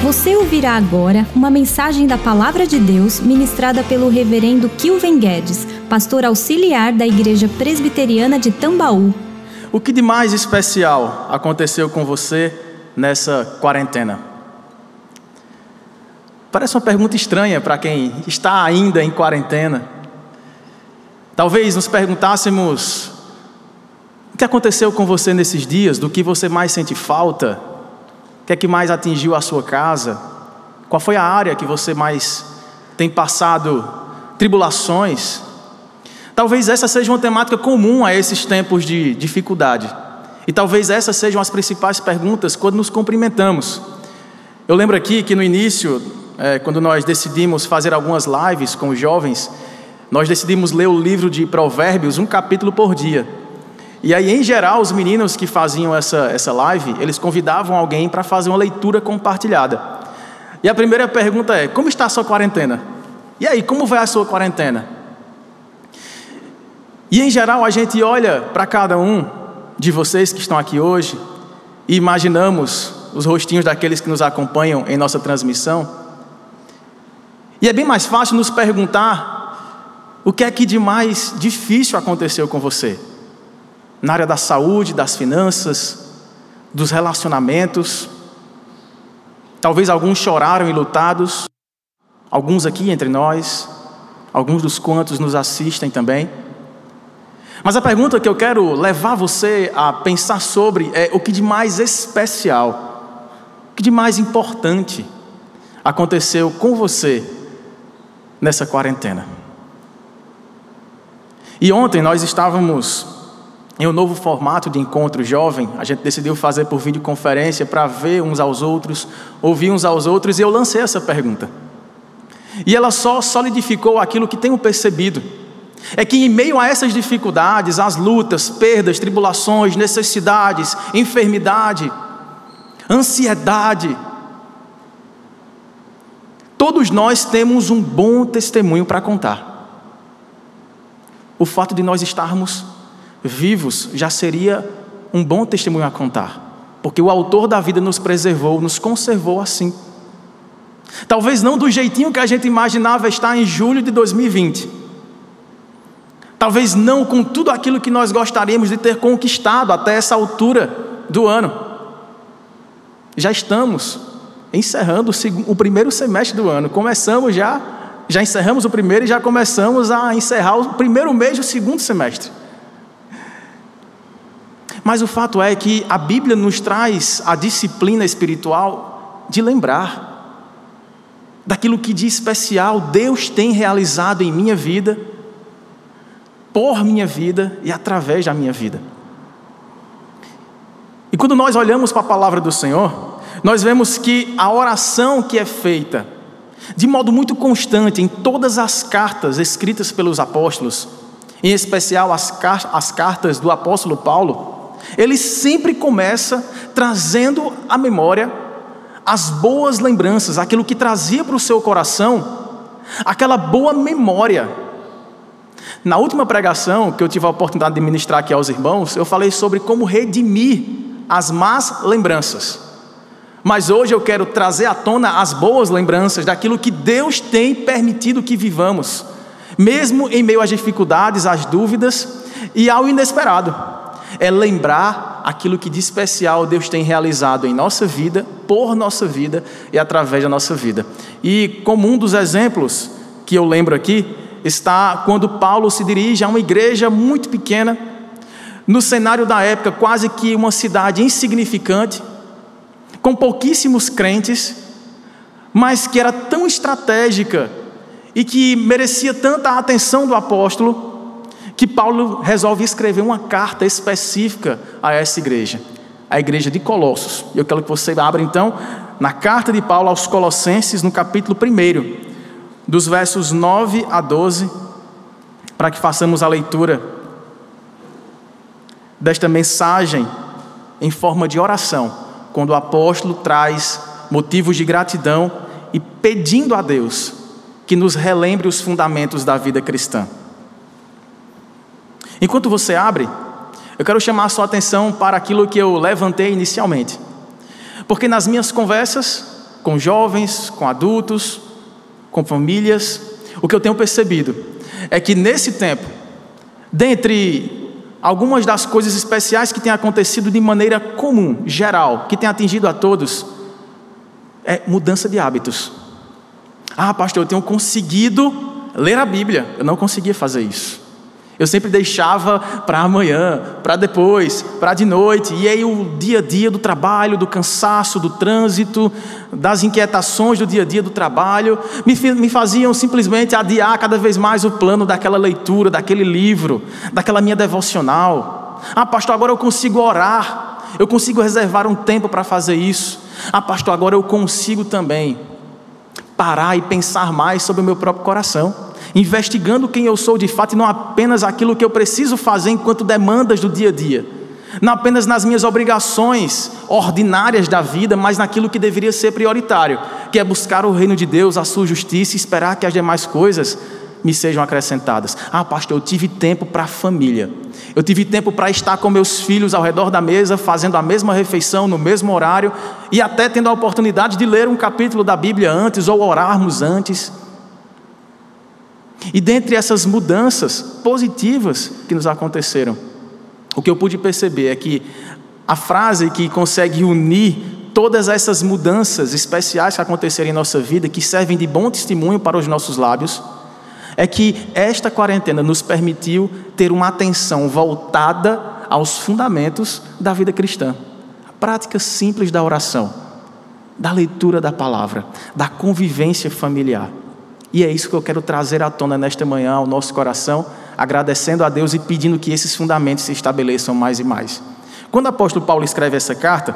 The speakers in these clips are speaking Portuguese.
Você ouvirá agora uma mensagem da Palavra de Deus ministrada pelo reverendo Kilven Guedes, pastor auxiliar da Igreja Presbiteriana de Tambaú. O que de mais especial aconteceu com você nessa quarentena? Parece uma pergunta estranha para quem está ainda em quarentena. Talvez nos perguntássemos: o que aconteceu com você nesses dias? Do que você mais sente falta? O que é que mais atingiu a sua casa? Qual foi a área que você mais tem passado tribulações? Talvez essa seja uma temática comum a esses tempos de dificuldade. E talvez essas sejam as principais perguntas quando nos cumprimentamos. Eu lembro aqui que no início, quando nós decidimos fazer algumas lives com os jovens, nós decidimos ler o livro de Provérbios, um capítulo por dia. E aí, em geral, os meninos que faziam essa live, eles convidavam alguém para fazer uma leitura compartilhada. E a primeira pergunta é: como está a sua quarentena? E aí, como vai a sua quarentena? E em geral, a gente olha para cada um de vocês que estão aqui hoje e imaginamos os rostinhos daqueles que nos acompanham em nossa transmissão. E é bem mais fácil nos perguntar o que é que de mais difícil aconteceu com você. Na área da saúde, das finanças, dos relacionamentos. Talvez alguns choraram enlutados, alguns aqui entre nós, alguns dos quantos nos assistem também. Mas a pergunta que eu quero levar você a pensar sobre é: o que de mais especial, o que de mais importante aconteceu com você nessa quarentena? E ontem nós estávamos em um novo formato de encontro jovem. A gente decidiu fazer por videoconferência para ver uns aos outros, ouvir uns aos outros, e eu lancei essa pergunta. E ela só solidificou aquilo que tenho percebido. É que em meio a essas dificuldades, as lutas, perdas, tribulações, necessidades, enfermidade, ansiedade, todos nós temos um bom testemunho para contar. O fato de nós estarmos vivos já seria um bom testemunho a contar, porque o autor da vida nos preservou, nos conservou assim. Talvez não do jeitinho que a gente imaginava estar em julho de 2020. Talvez não com tudo aquilo que nós gostaríamos de ter conquistado até essa altura do ano. Já estamos encerrando o primeiro semestre do ano. Começamos já encerramos o primeiro e já começamos a encerrar o primeiro mês do segundo semestre. Mas o fato é que a Bíblia nos traz a disciplina espiritual de lembrar daquilo que de especial Deus tem realizado em minha vida, por minha vida e através da minha vida. E quando nós olhamos para a palavra do Senhor, nós vemos que a oração que é feita de modo muito constante em todas as cartas escritas pelos apóstolos, em especial as cartas do apóstolo Paulo, ele sempre começa trazendo à memória as boas lembranças, aquilo que trazia para o seu coração, aquela boa memória. Na última pregação que eu tive a oportunidade de ministrar aqui aos irmãos, eu falei sobre como redimir as más lembranças. Mas hoje eu quero trazer à tona as boas lembranças daquilo que Deus tem permitido que vivamos, mesmo em meio às dificuldades, às dúvidas e ao inesperado. É lembrar aquilo que de especial Deus tem realizado em nossa vida, por nossa vida e através da nossa vida. E como um dos exemplos que eu lembro aqui, está quando Paulo se dirige a uma igreja muito pequena, no cenário da época, quase que uma cidade insignificante, com pouquíssimos crentes, mas que era tão estratégica e que merecia tanta atenção do apóstolo, que Paulo resolve escrever uma carta específica a essa igreja, a igreja de Colossos. Eu quero que você abra então na carta de Paulo aos Colossenses, no capítulo 1, dos versos 9 a 12, para que façamos a leitura desta mensagem em forma de oração, quando o apóstolo traz motivos de gratidão e pedindo a Deus que nos relembre os fundamentos da vida cristã. Enquanto você abre, eu quero chamar a sua atenção para aquilo que eu levantei inicialmente. Porque nas minhas conversas, com jovens, com adultos, com famílias, o que eu tenho percebido é que nesse tempo, dentre algumas das coisas especiais que têm acontecido de maneira comum, geral, que tem atingido a todos, é mudança de hábitos. Pastor, eu tenho conseguido ler a Bíblia. Eu não conseguia fazer isso. Eu sempre deixava para amanhã, para depois, para de noite. E aí o dia a dia do trabalho, do cansaço, do trânsito, das inquietações do dia a dia do trabalho, me faziam simplesmente adiar cada vez mais o plano daquela leitura, daquele livro, daquela minha devocional. Pastor, agora eu consigo orar. Eu consigo reservar um tempo para fazer isso. Pastor, agora eu consigo também parar e pensar mais sobre o meu próprio coração, investigando quem eu sou de fato e não apenas aquilo que eu preciso fazer enquanto demandas do dia a dia, não apenas nas minhas obrigações ordinárias da vida, mas naquilo que deveria ser prioritário, que é buscar o reino de Deus, a sua justiça e esperar que as demais coisas me sejam acrescentadas. Pastor, eu tive tempo para a família, eu tive tempo para estar com meus filhos ao redor da mesa, fazendo a mesma refeição no mesmo horário e até tendo a oportunidade de ler um capítulo da Bíblia antes ou orarmos antes. E dentre essas mudanças positivas que nos aconteceram, o que eu pude perceber é que a frase que consegue unir todas essas mudanças especiais que aconteceram em nossa vida, que servem de bom testemunho para os nossos lábios, é que esta quarentena nos permitiu ter uma atenção voltada aos fundamentos da vida cristã. A prática simples da oração, da leitura da palavra, da convivência familiar. E é isso que eu quero trazer à tona nesta manhã ao nosso coração, agradecendo a Deus e pedindo que esses fundamentos se estabeleçam mais e mais. Quando o apóstolo Paulo escreve essa carta,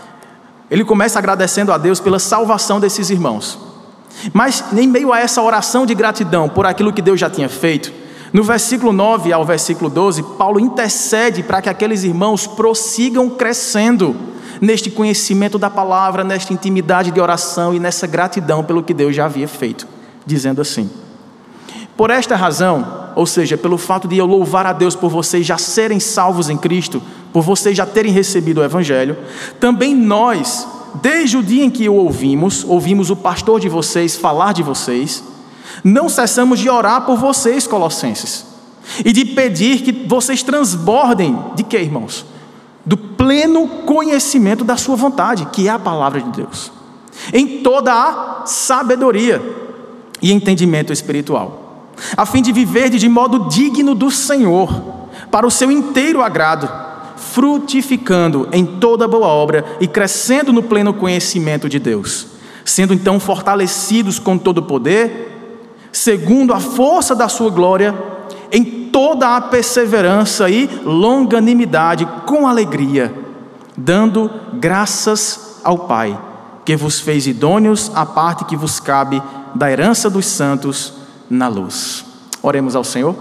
ele começa agradecendo a Deus pela salvação desses irmãos. Mas em meio a essa oração de gratidão por aquilo que Deus já tinha feito, no versículo 9 ao versículo 12, Paulo intercede para que aqueles irmãos prossigam crescendo neste conhecimento da palavra, nesta intimidade de oração e nessa gratidão pelo que Deus já havia feito, dizendo assim: por esta razão, ou seja, pelo fato de eu louvar a Deus por vocês já serem salvos em Cristo, por vocês já terem recebido o Evangelho, também nós, desde o dia em que o ouvimos o pastor de vocês falar de vocês, não cessamos de orar por vocês, colossenses, e de pedir que vocês transbordem de quê, irmãos? Do pleno conhecimento da sua vontade, que é a palavra de Deus, em toda a sabedoria e entendimento espiritual, a fim de viver de modo digno do Senhor, para o seu inteiro agrado, frutificando em toda boa obra e crescendo no pleno conhecimento de Deus, sendo então fortalecidos com todo o poder, segundo a força da sua glória, em toda a perseverança e longanimidade, com alegria, dando graças ao Pai, que vos fez idôneos à parte que vos cabe da herança dos santos na luz. Oremos ao Senhor.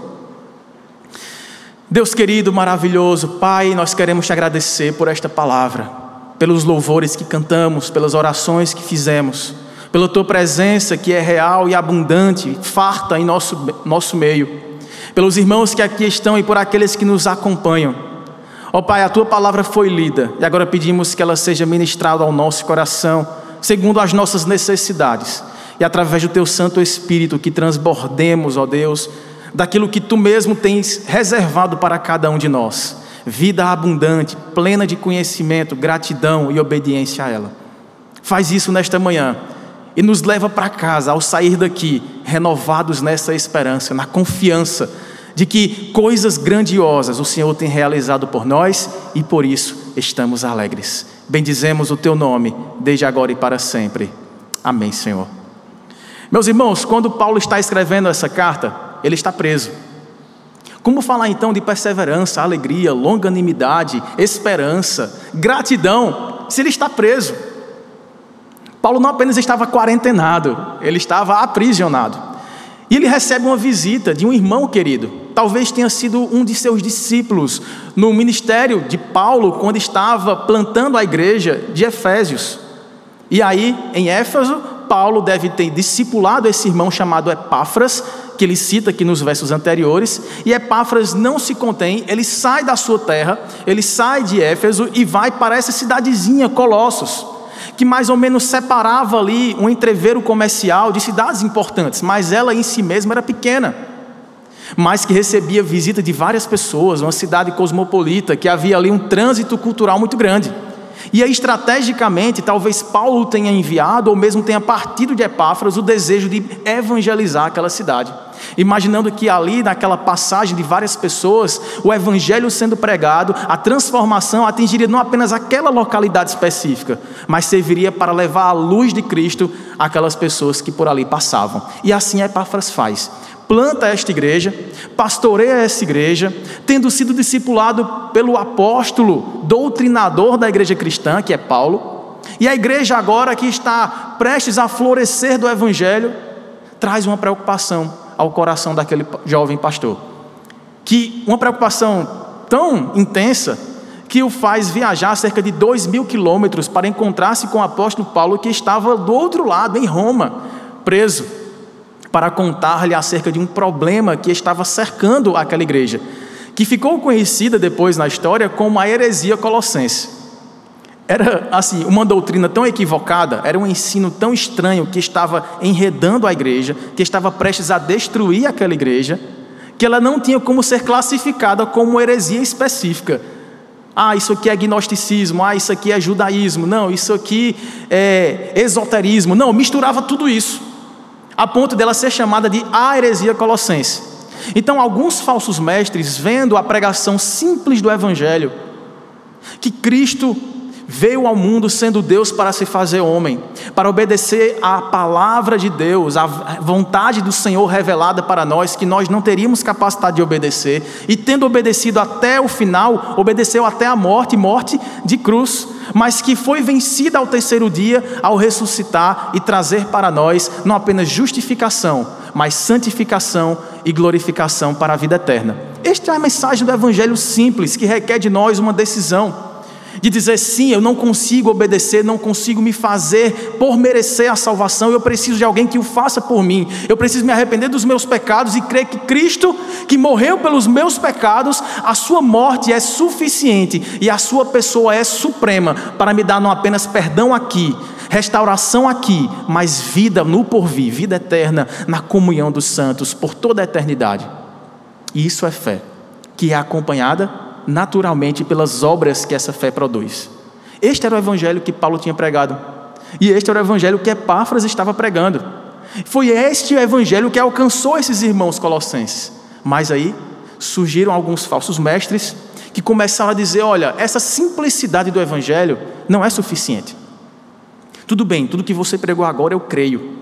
Deus querido, maravilhoso, Pai, nós queremos te agradecer por esta palavra, pelos louvores que cantamos, pelas orações que fizemos, pela tua presença que é real e abundante, farta em nosso meio, pelos irmãos que aqui estão e por aqueles que nos acompanham. Ó Pai, a tua palavra foi lida e agora pedimos que ela seja ministrada ao nosso coração, segundo as nossas necessidades, e através do teu Santo Espírito que transbordemos, ó Deus, daquilo que tu mesmo tens reservado para cada um de nós, vida abundante, plena de conhecimento, gratidão e obediência a ela. Faz isso nesta manhã e nos leva para casa ao sair daqui, renovados nessa esperança, na confiança de que coisas grandiosas o Senhor tem realizado por nós e por isso estamos alegres. Bendizemos o teu nome, desde agora e para sempre. Amém, Senhor. Meus irmãos, quando Paulo está escrevendo essa carta, ele está preso. Como falar então de perseverança, alegria, longanimidade, esperança, gratidão, se ele está preso? Paulo não apenas estava quarentenado, ele estava aprisionado. E ele recebe uma visita de um irmão querido, talvez tenha sido um de seus discípulos, no ministério de Paulo, quando estava plantando a igreja de Efésios. E aí, em Éfeso, Paulo deve ter discipulado esse irmão chamado Epáfras, que ele cita aqui nos versos anteriores, e Epáfras não se contém, ele sai da sua terra, ele sai de Éfeso e vai para essa cidadezinha, Colossos. que mais ou menos separava ali um entreveiro comercial de cidades importantes, mas ela em si mesma era pequena, mas que recebia visita de várias pessoas, uma cidade cosmopolita, que havia ali um trânsito cultural muito grande. E aí, estrategicamente, talvez Paulo tenha enviado, ou mesmo tenha partido de Epáfras, o desejo de evangelizar aquela cidade, imaginando que ali, naquela passagem de várias pessoas, o evangelho sendo pregado, a transformação atingiria não apenas aquela localidade específica, mas serviria para levar a luz de Cristo àquelas pessoas que por ali passavam. E assim Epáfras faz. Planta esta igreja, pastoreia essa igreja, tendo sido discipulado pelo apóstolo, doutrinador da igreja cristã, que é Paulo, e a igreja agora que está prestes a florescer do evangelho, traz uma preocupação ao coração daquele jovem pastor, que uma preocupação tão intensa, que o faz viajar cerca de 2.000 quilômetros para encontrar-se com o apóstolo Paulo, que estava do outro lado, em Roma, preso, para contar-lhe acerca de um problema que estava cercando aquela igreja, que ficou conhecida depois na história como a heresia colossense. Era assim, uma doutrina tão equivocada, era um ensino tão estranho que estava enredando a igreja, que estava prestes a destruir aquela igreja, que ela não tinha como ser classificada como uma heresia específica. Isso aqui é gnosticismo, isso aqui é judaísmo, não, isso aqui é esoterismo, não, misturava tudo isso, a ponto dela ser chamada de a heresia colossense. Então, alguns falsos mestres, vendo a pregação simples do evangelho, que Cristo veio ao mundo sendo Deus para se fazer homem, para obedecer à palavra de Deus, à vontade do Senhor revelada para nós, que nós não teríamos capacidade de obedecer, e tendo obedecido até o final, obedeceu até a morte de cruz, mas que foi vencida ao terceiro dia, ao ressuscitar e trazer para nós, não apenas justificação, mas santificação e glorificação para a vida eterna. Esta é a mensagem do evangelho simples, que requer de nós uma decisão, de dizer sim, eu não consigo obedecer, não consigo me fazer por merecer a salvação, eu preciso de alguém que o faça por mim, eu preciso me arrepender dos meus pecados e crer que Cristo, que morreu pelos meus pecados, a sua morte é suficiente e a sua pessoa é suprema para me dar não apenas perdão aqui, restauração aqui, mas vida no porvir, vida eterna na comunhão dos santos por toda a eternidade. E isso é fé, que é acompanhada naturalmente pelas obras que essa fé produz. Este era o evangelho que Paulo tinha pregado, e este era o evangelho que Epáfras estava pregando. Foi este o evangelho que alcançou esses irmãos colossenses. Mas aí surgiram alguns falsos mestres que começaram a dizer: olha, essa simplicidade do evangelho não é suficiente. Tudo bem, tudo que você pregou agora eu creio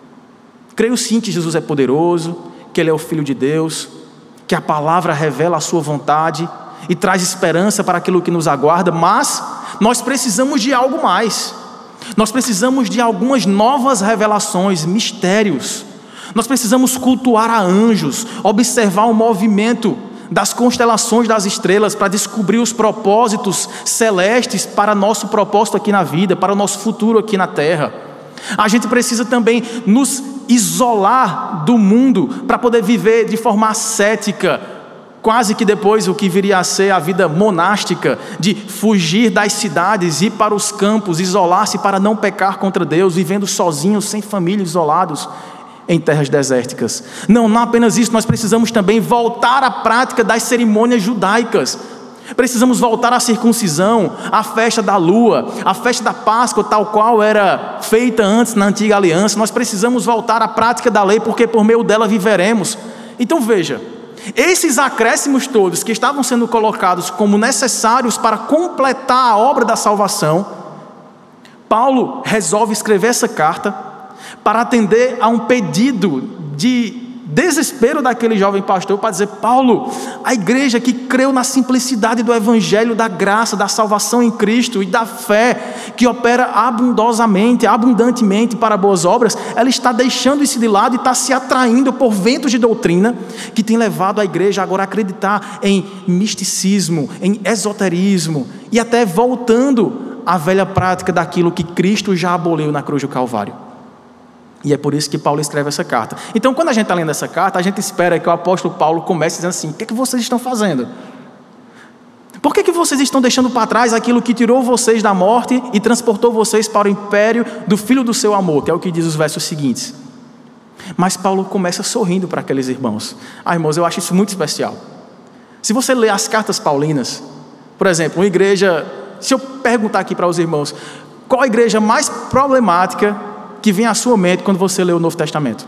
sim que Jesus é poderoso, que Ele é o Filho de Deus, que a palavra revela a sua vontade e traz esperança para aquilo que nos aguarda, mas nós precisamos de algo mais. Nós precisamos de algumas novas revelações, mistérios. Nós precisamos cultuar a anjos, observar o movimento das constelações das estrelas para descobrir os propósitos celestes para nosso propósito aqui na vida, para o nosso futuro aqui na terra. A gente precisa também nos isolar do mundo para poder viver de forma ascética, quase que depois o que viria a ser a vida monástica, de fugir das cidades, ir para os campos, isolar-se para não pecar contra Deus, vivendo sozinhos, sem família, isolados em terras desérticas. Não apenas isso, nós precisamos também voltar à prática das cerimônias judaicas. Precisamos voltar à circuncisão, à festa da lua, à festa da Páscoa, tal qual era feita antes na antiga aliança. Nós precisamos voltar à prática da lei, porque por meio dela viveremos. Então veja, esses acréscimos todos que estavam sendo colocados como necessários para completar a obra da salvação, Paulo resolve escrever essa carta para atender a um pedido de desespero daquele jovem pastor, para dizer: Paulo, a igreja que creu na simplicidade do evangelho, da graça, da salvação em Cristo e da fé que opera abundantemente para boas obras, ela está deixando isso de lado e está se atraindo por ventos de doutrina que tem levado a igreja agora a acreditar em misticismo, em esoterismo e até voltando à velha prática daquilo que Cristo já aboliu na cruz do Calvário. E é por isso que Paulo escreve essa carta. Então, quando a gente está lendo essa carta, a gente espera que o apóstolo Paulo comece dizendo assim: o que é que vocês estão fazendo? Por que vocês estão deixando para trás aquilo que tirou vocês da morte e transportou vocês para o império do Filho do seu amor? Que é o que diz os versos seguintes. Mas Paulo começa sorrindo para aqueles irmãos. Irmãos, eu acho isso muito especial. Se você ler as cartas paulinas, por exemplo, uma igreja... Se eu perguntar aqui para os irmãos, qual a igreja mais problemática que vem à sua mente quando você lê o Novo Testamento?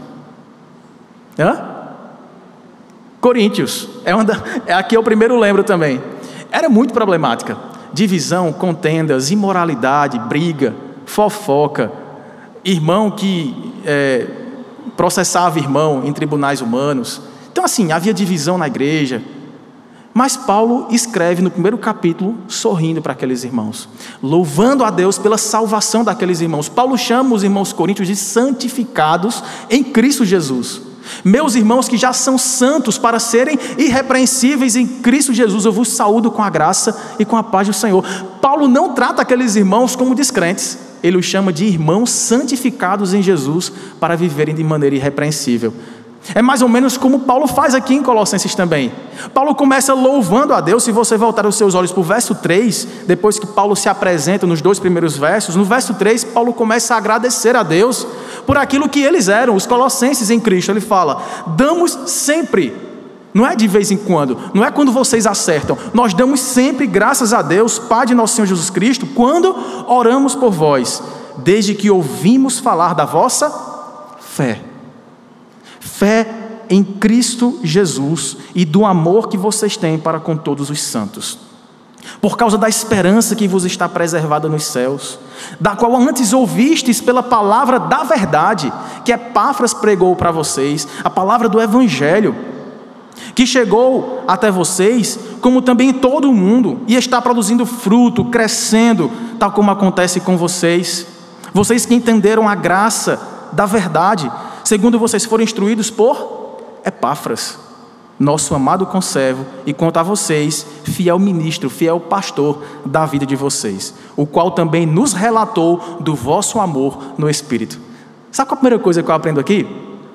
Coríntios. Aqui é o primeiro lembro também. Era muito problemática. Divisão, contendas, imoralidade, briga, fofoca, irmão que processava irmão em tribunais humanos. Então assim, havia divisão na igreja. Mas Paulo escreve no primeiro capítulo, sorrindo para aqueles irmãos, louvando a Deus pela salvação daqueles irmãos. Paulo chama os irmãos coríntios de santificados em Cristo Jesus. Meus irmãos que já são santos para serem irrepreensíveis em Cristo Jesus, eu vos saúdo com a graça e com a paz do Senhor. Paulo não trata aqueles irmãos como descrentes, ele os chama de irmãos santificados em Jesus para viverem de maneira irrepreensível. É mais ou menos como Paulo faz aqui em Colossenses também. Paulo começa louvando a Deus. Se você voltar os seus olhos para o verso 3, depois que Paulo se apresenta nos 2 primeiros versos, no verso 3, Paulo começa a agradecer a Deus por aquilo que eles eram, os colossenses em Cristo. Ele fala, damos sempre, não é de vez em quando, não é quando vocês acertam, nós damos sempre graças a Deus, Pai de nosso Senhor Jesus Cristo, quando oramos por vós, desde que ouvimos falar da vossa fé. Fé em Cristo Jesus e do amor que vocês têm para com todos os santos. Por causa da esperança que vos está preservada nos céus, da qual antes ouvistes pela palavra da verdade, que Epáfras pregou para vocês, a palavra do Evangelho, que chegou até vocês, como também em todo o mundo, e está produzindo fruto, crescendo, tal como acontece com vocês. Vocês que entenderam a graça da verdade, segundo vocês foram instruídos por Epáfras, nosso amado conservo, e quanto a vocês, fiel ministro, fiel pastor da vida de vocês, o qual também nos relatou do vosso amor no Espírito. Sabe qual a primeira coisa que eu aprendo aqui?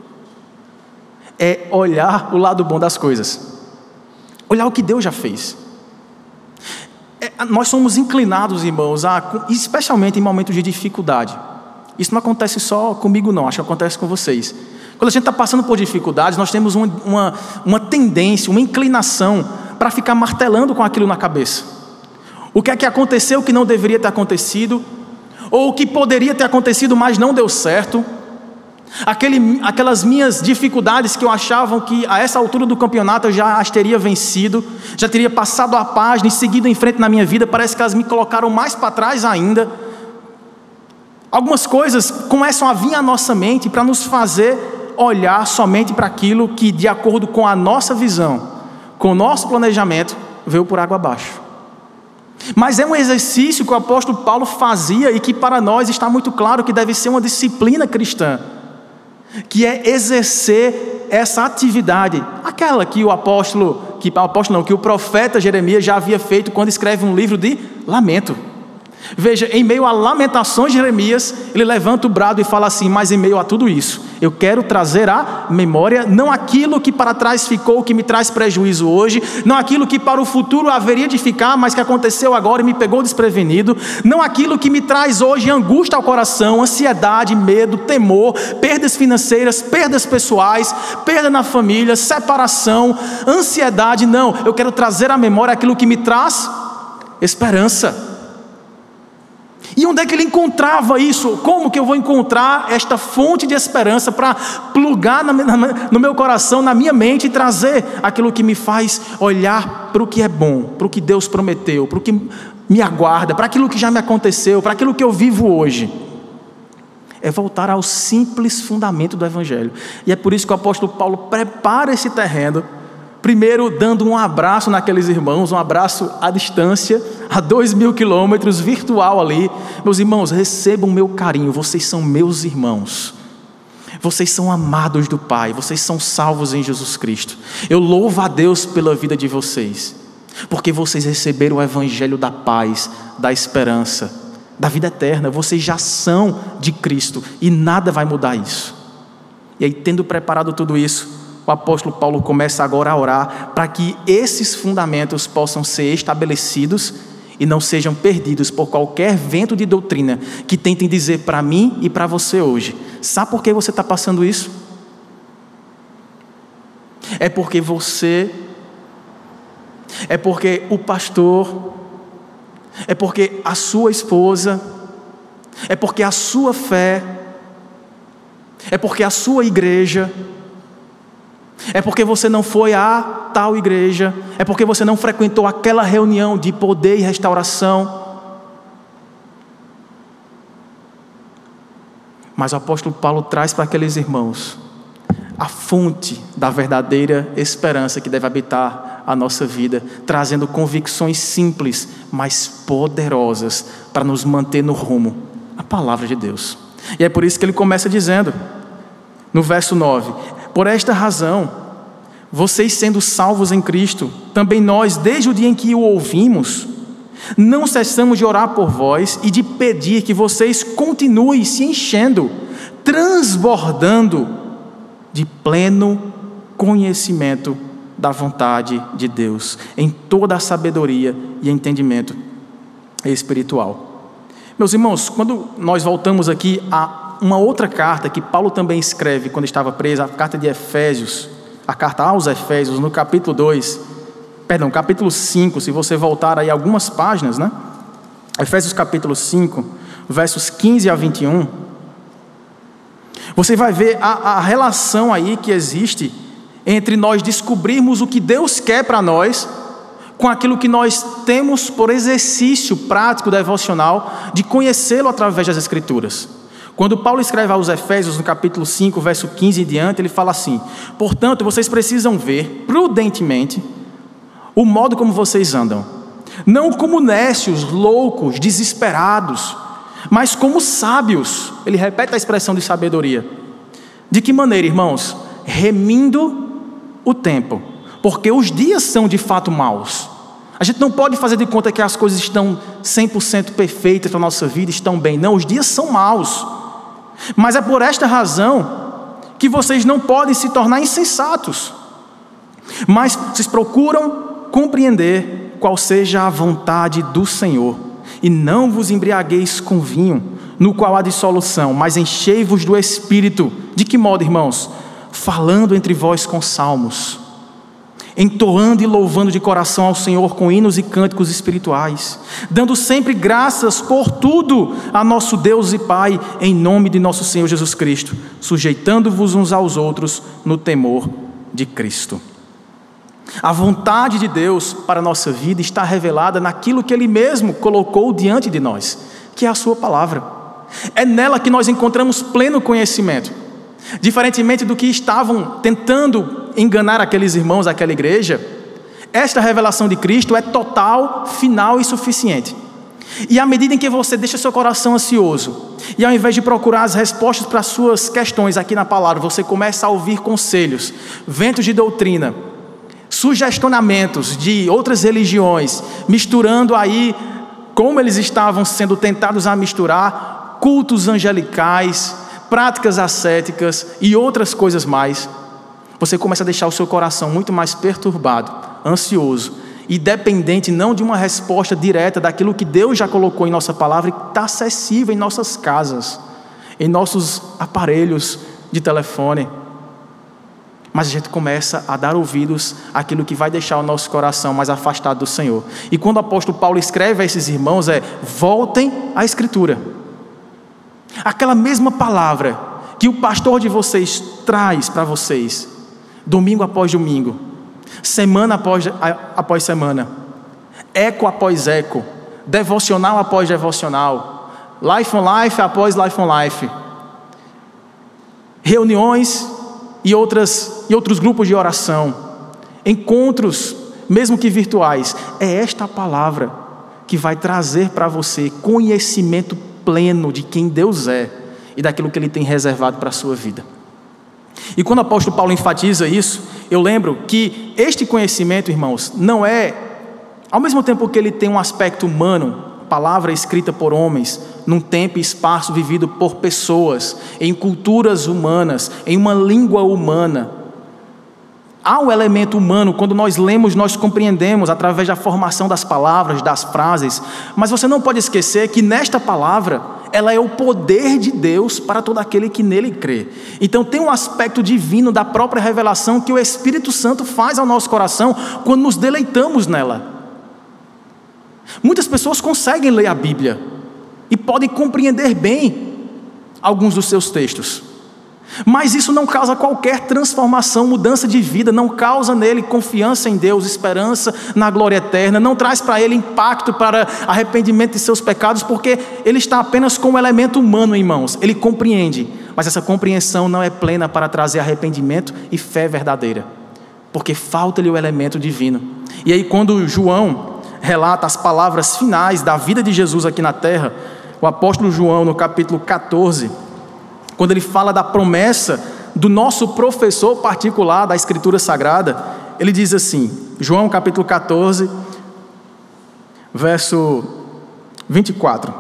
É olhar o lado bom das coisas. Olhar o que Deus já fez. Nós somos inclinados, irmãos, especialmente em momentos de dificuldade. Isso não acontece só comigo não, acho que acontece com vocês. Quando a gente está passando por dificuldades, nós temos uma tendência, uma inclinação para ficar martelando com aquilo na cabeça. O que é que aconteceu que não deveria ter acontecido, ou o que poderia ter acontecido, mas não deu certo. Aquelas minhas dificuldades que eu achava que a essa altura do campeonato eu já as teria vencido, já teria passado a página e seguido em frente na minha vida, parece que elas me colocaram mais para trás ainda. Algumas coisas começam a vir à nossa mente para nos fazer olhar somente para aquilo que, de acordo com a nossa visão, com o nosso planejamento, veio por água abaixo. Mas é um exercício que o apóstolo Paulo fazia e que para nós está muito claro que deve ser uma disciplina cristã, que é exercer essa atividade, aquela que que o profeta Jeremias já havia feito quando escreve um livro de lamento. Veja, em meio a lamentações de Jeremias, ele levanta o brado e fala assim, mas em meio a tudo isso, eu quero trazer à memória, não aquilo que para trás ficou, que me traz prejuízo hoje, não aquilo que para o futuro haveria de ficar, mas que aconteceu agora e me pegou desprevenido, não aquilo que me traz hoje angústia ao coração, ansiedade, medo, temor, perdas financeiras, perdas pessoais, perda na família, separação, ansiedade, não, eu quero trazer à memória aquilo que me traz esperança. E onde é que ele encontrava isso? Como que eu vou encontrar esta fonte de esperança para plugar no meu coração, na minha mente e trazer aquilo que me faz olhar para o que é bom, para o que Deus prometeu, para o que me aguarda, para aquilo que já me aconteceu, para aquilo que eu vivo hoje? É voltar ao simples fundamento do Evangelho. E é por isso que o apóstolo Paulo prepara esse terreno, primeiro dando um abraço naqueles irmãos, um abraço à distância, a 2.000 quilômetros, virtual ali. Meus irmãos, recebam o meu carinho, vocês são meus irmãos. Vocês são amados do Pai, vocês são salvos em Jesus Cristo. Eu louvo a Deus pela vida de vocês, porque vocês receberam o Evangelho da paz, da esperança, da vida eterna. Vocês já são de Cristo e nada vai mudar isso. E aí, tendo preparado tudo isso, o apóstolo Paulo começa agora a orar para que esses fundamentos possam ser estabelecidos e não sejam perdidos por qualquer vento de doutrina que tentem dizer para mim e para você hoje: sabe por que você está passando isso? É porque o pastor, é porque a sua esposa, é porque a sua fé, é porque a sua igreja, é porque você não foi a tal igreja, é porque você não frequentou aquela reunião de poder e restauração. Mas o apóstolo Paulo traz para aqueles irmãos a fonte da verdadeira esperança que deve habitar a nossa vida, trazendo convicções simples, mas poderosas, para nos manter no rumo, a palavra de Deus. E é por isso que ele começa dizendo, no verso 9: por esta razão, vocês sendo salvos em Cristo, também nós, desde o dia em que o ouvimos, não cessamos de orar por vós e de pedir que vocês continuem se enchendo, transbordando de pleno conhecimento da vontade de Deus, em toda a sabedoria e entendimento espiritual. Meus irmãos, quando nós voltamos aqui a uma outra carta que Paulo também escreve quando estava preso, a carta de Efésios, a carta aos Efésios, no capítulo 5, se você voltar aí algumas páginas, né? Efésios capítulo 5, versos 15 a 21, você vai ver a relação aí que existe entre nós descobrirmos o que Deus quer para nós, com aquilo que nós temos por exercício prático devocional de conhecê-lo através das Escrituras. Quando Paulo escreve aos Efésios, no capítulo 5, verso 15 em diante, ele fala assim: portanto, vocês precisam ver prudentemente o modo como vocês andam, não como nécios, loucos, desesperados, mas como sábios. Ele repete a expressão de sabedoria. De que maneira, irmãos? Remindo o tempo, porque os dias são de fato maus. A gente não pode fazer de conta que as coisas estão 100% perfeitas para a nossa vida, estão bem. Não, os dias são maus. Mas é por esta razão que vocês não podem se tornar insensatos, mas vocês procuram compreender qual seja a vontade do Senhor. E não vos embriagueis com vinho, no qual há dissolução, mas enchei-vos do Espírito. De que modo, irmãos? Falando entre vós com salmos, entoando e louvando de coração ao Senhor com hinos e cânticos espirituais, dando sempre graças por tudo a nosso Deus e Pai, em nome de nosso Senhor Jesus Cristo, sujeitando-vos uns aos outros no temor de Cristo. A vontade de Deus para a nossa vida está revelada naquilo que Ele mesmo colocou diante de nós, que é a sua palavra. É nela que nós encontramos pleno conhecimento. Diferentemente do que estavam tentando enganar aqueles irmãos, aquela igreja, esta revelação de Cristo é total, final e suficiente. E à medida em que você deixa seu coração ansioso, e ao invés de procurar as respostas para as suas questões aqui na palavra, você começa a ouvir conselhos, ventos de doutrina, sugestionamentos de outras religiões, misturando aí, como eles estavam sendo tentados a misturar, cultos angelicais, práticas ascéticas e outras coisas mais. Você começa a deixar o seu coração muito mais perturbado, ansioso e dependente não de uma resposta direta daquilo que Deus já colocou em nossa palavra e está acessível em nossas casas, em nossos aparelhos de telefone. Mas a gente começa a dar ouvidos àquilo que vai deixar o nosso coração mais afastado do Senhor. E quando o apóstolo Paulo escreve a esses irmãos voltem à Escritura. Aquela mesma palavra que o pastor de vocês traz para vocês, domingo após domingo, semana após semana, eco após eco, devocional após devocional, life on life após life on life, reuniões e outros grupos de oração, encontros, mesmo que virtuais. É esta palavra que vai trazer para você conhecimento pleno de quem Deus é e daquilo que Ele tem reservado para a sua vida. E quando o apóstolo Paulo enfatiza isso, eu lembro que este conhecimento, irmãos, não é, ao mesmo tempo que ele tem um aspecto humano, palavra escrita por homens, num tempo e espaço vivido por pessoas, em culturas humanas, em uma língua humana, Há um elemento humano, quando nós lemos, nós compreendemos através da formação das palavras, das frases, mas você não pode esquecer que nesta palavra, ela é o poder de Deus para todo aquele que nele crê. Então tem um aspecto divino da própria revelação que o Espírito Santo faz ao nosso coração quando nos deleitamos nela. Muitas pessoas conseguem ler a Bíblia e podem compreender bem alguns dos seus textos, mas isso não causa qualquer transformação, mudança de vida, não causa nele confiança em Deus, esperança na glória eterna, não traz para ele impacto para arrependimento de seus pecados, porque ele está apenas com o elemento humano em mãos. Ele compreende, mas essa compreensão não é plena para trazer arrependimento e fé verdadeira, porque falta-lhe o elemento divino. E aí quando João relata as palavras finais da vida de Jesus aqui na terra, o apóstolo João, no capítulo 14, quando ele fala da promessa do nosso professor particular da Escritura Sagrada, ele diz assim, João capítulo 14, verso 24.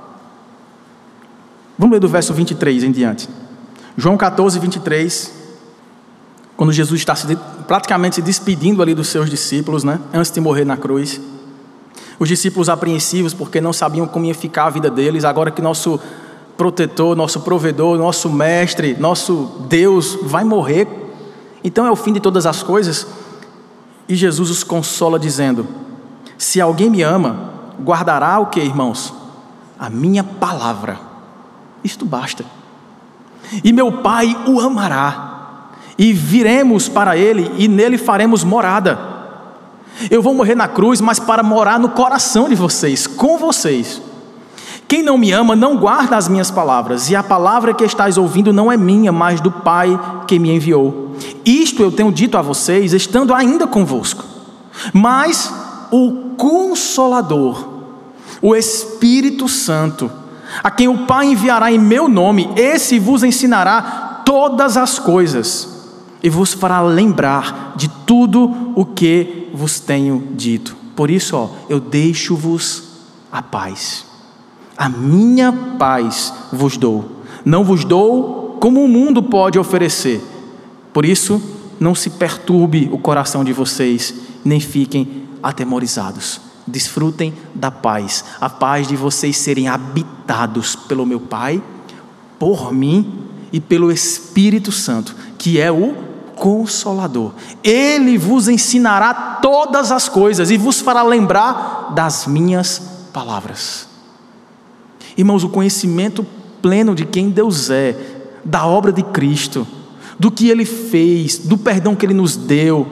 Vamos ler do verso 23 em diante. João 14, 23, quando Jesus está praticamente se despedindo ali dos seus discípulos, né, antes de morrer na cruz. Os discípulos apreensivos porque não sabiam como ia ficar a vida deles, agora que nosso protetor, nosso provedor, nosso mestre, nosso Deus vai morrer, então é o fim de todas as coisas. E Jesus os consola dizendo: se alguém me ama, guardará o que, irmãos? A minha palavra. Isto basta. E meu Pai o amará, e viremos para ele, e nele faremos morada. Eu vou morrer na cruz, mas para morar no coração de vocês, com vocês. Quem não me ama não guarda as minhas palavras, e a palavra que estáis ouvindo não é minha, mas do Pai que me enviou. Isto eu tenho dito a vocês, estando ainda convosco. Mas o Consolador, o Espírito Santo, a quem o Pai enviará em meu nome, esse vos ensinará todas as coisas, e vos fará lembrar de tudo o que vos tenho dito. Por isso, eu deixo-vos a paz. A minha paz vos dou. Não vos dou como o mundo pode oferecer. Por isso, não se perturbe o coração de vocês, nem fiquem atemorizados. Desfrutem da paz, a paz de vocês serem habitados pelo meu Pai, por mim e pelo Espírito Santo, que é o Consolador. Ele vos ensinará todas as coisas e vos fará lembrar das minhas palavras. Irmãos, o conhecimento pleno de quem Deus é, da obra de Cristo, do que Ele fez, do perdão que Ele nos deu,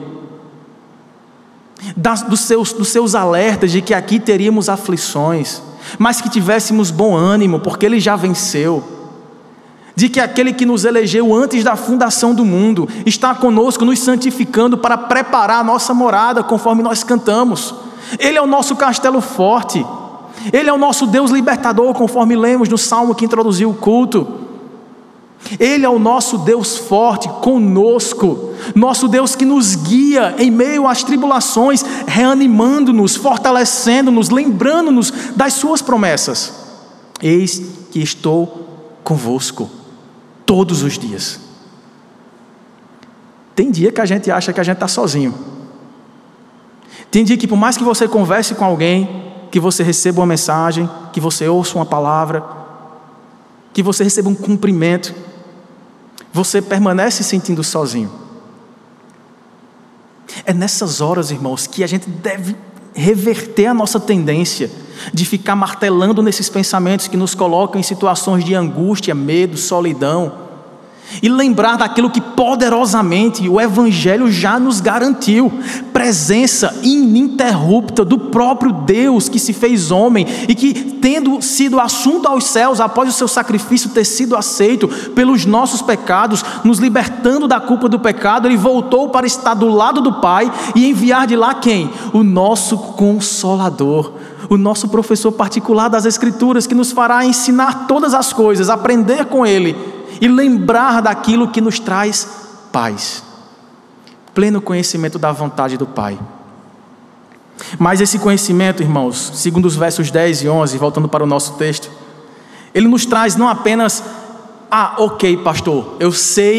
dos seus alertas de que aqui teríamos aflições, mas que tivéssemos bom ânimo, porque Ele já venceu, de que aquele que nos elegeu antes da fundação do mundo está conosco, nos santificando para preparar a nossa morada, conforme nós cantamos. Ele é o nosso castelo forte, Ele é o nosso Deus libertador, conforme lemos no salmo que introduziu o culto. Ele é o nosso Deus forte conosco, nosso Deus que nos guia em meio às tribulações, reanimando-nos, fortalecendo-nos, lembrando-nos das suas promessas. Eis que estou convosco todos os dias. Tem dia que a gente acha que a gente está sozinho. Tem dia que por mais que você converse com alguém, que você receba uma mensagem, que você ouça uma palavra, que você receba um cumprimento, você permanece se sentindo sozinho. É nessas horas, irmãos, que a gente deve reverter a nossa tendência de ficar martelando nesses pensamentos que nos colocam em situações de angústia, medo, solidão, e lembrar daquilo que poderosamente o Evangelho já nos garantiu: presença ininterrupta do próprio Deus que se fez homem e que, tendo sido assunto aos céus após o seu sacrifício ter sido aceito pelos nossos pecados, nos libertando da culpa do pecado, Ele voltou para estar do lado do Pai e enviar de lá quem? O nosso Consolador, o nosso professor particular das Escrituras, que nos fará ensinar todas as coisas, aprender com Ele e lembrar daquilo que nos traz paz, pleno conhecimento da vontade do Pai. Mas esse conhecimento, irmãos, segundo os versos 10 e 11, voltando para o nosso texto, ele nos traz não apenas: ok, pastor, eu sei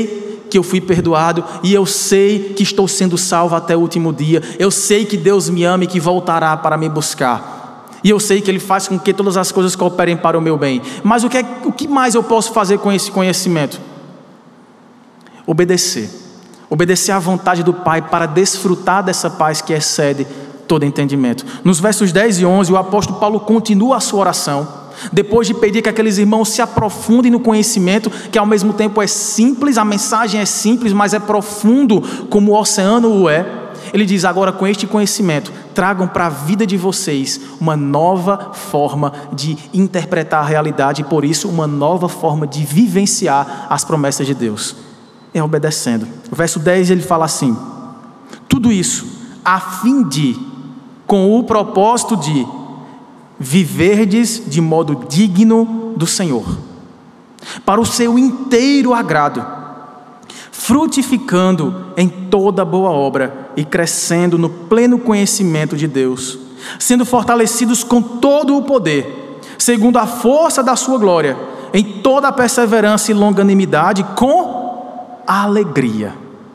que eu fui perdoado, e eu sei que estou sendo salvo até o último dia. Eu sei que Deus me ama e que voltará para me buscar. E eu sei que Ele faz com que todas as coisas cooperem para o meu bem. Mas o que mais eu posso fazer com esse conhecimento? Obedecer. Obedecer à vontade do Pai para desfrutar dessa paz que excede todo entendimento. Nos versos 10 e 11, o apóstolo Paulo continua a sua oração, depois de pedir que aqueles irmãos se aprofundem no conhecimento, que ao mesmo tempo é simples, a mensagem é simples, mas é profundo como o oceano o é. Ele diz: agora, com este conhecimento, tragam para a vida de vocês uma nova forma de interpretar a realidade e, por isso, uma nova forma de vivenciar as promessas de Deus. É obedecendo. O verso 10 ele fala assim: tudo isso a fim de, com o propósito de viverdes de modo digno do Senhor, para o seu inteiro agrado, frutificando em toda boa obra e crescendo no pleno conhecimento de Deus, sendo fortalecidos com todo o poder, segundo a força da sua glória, em toda a perseverança e longanimidade, com alegria,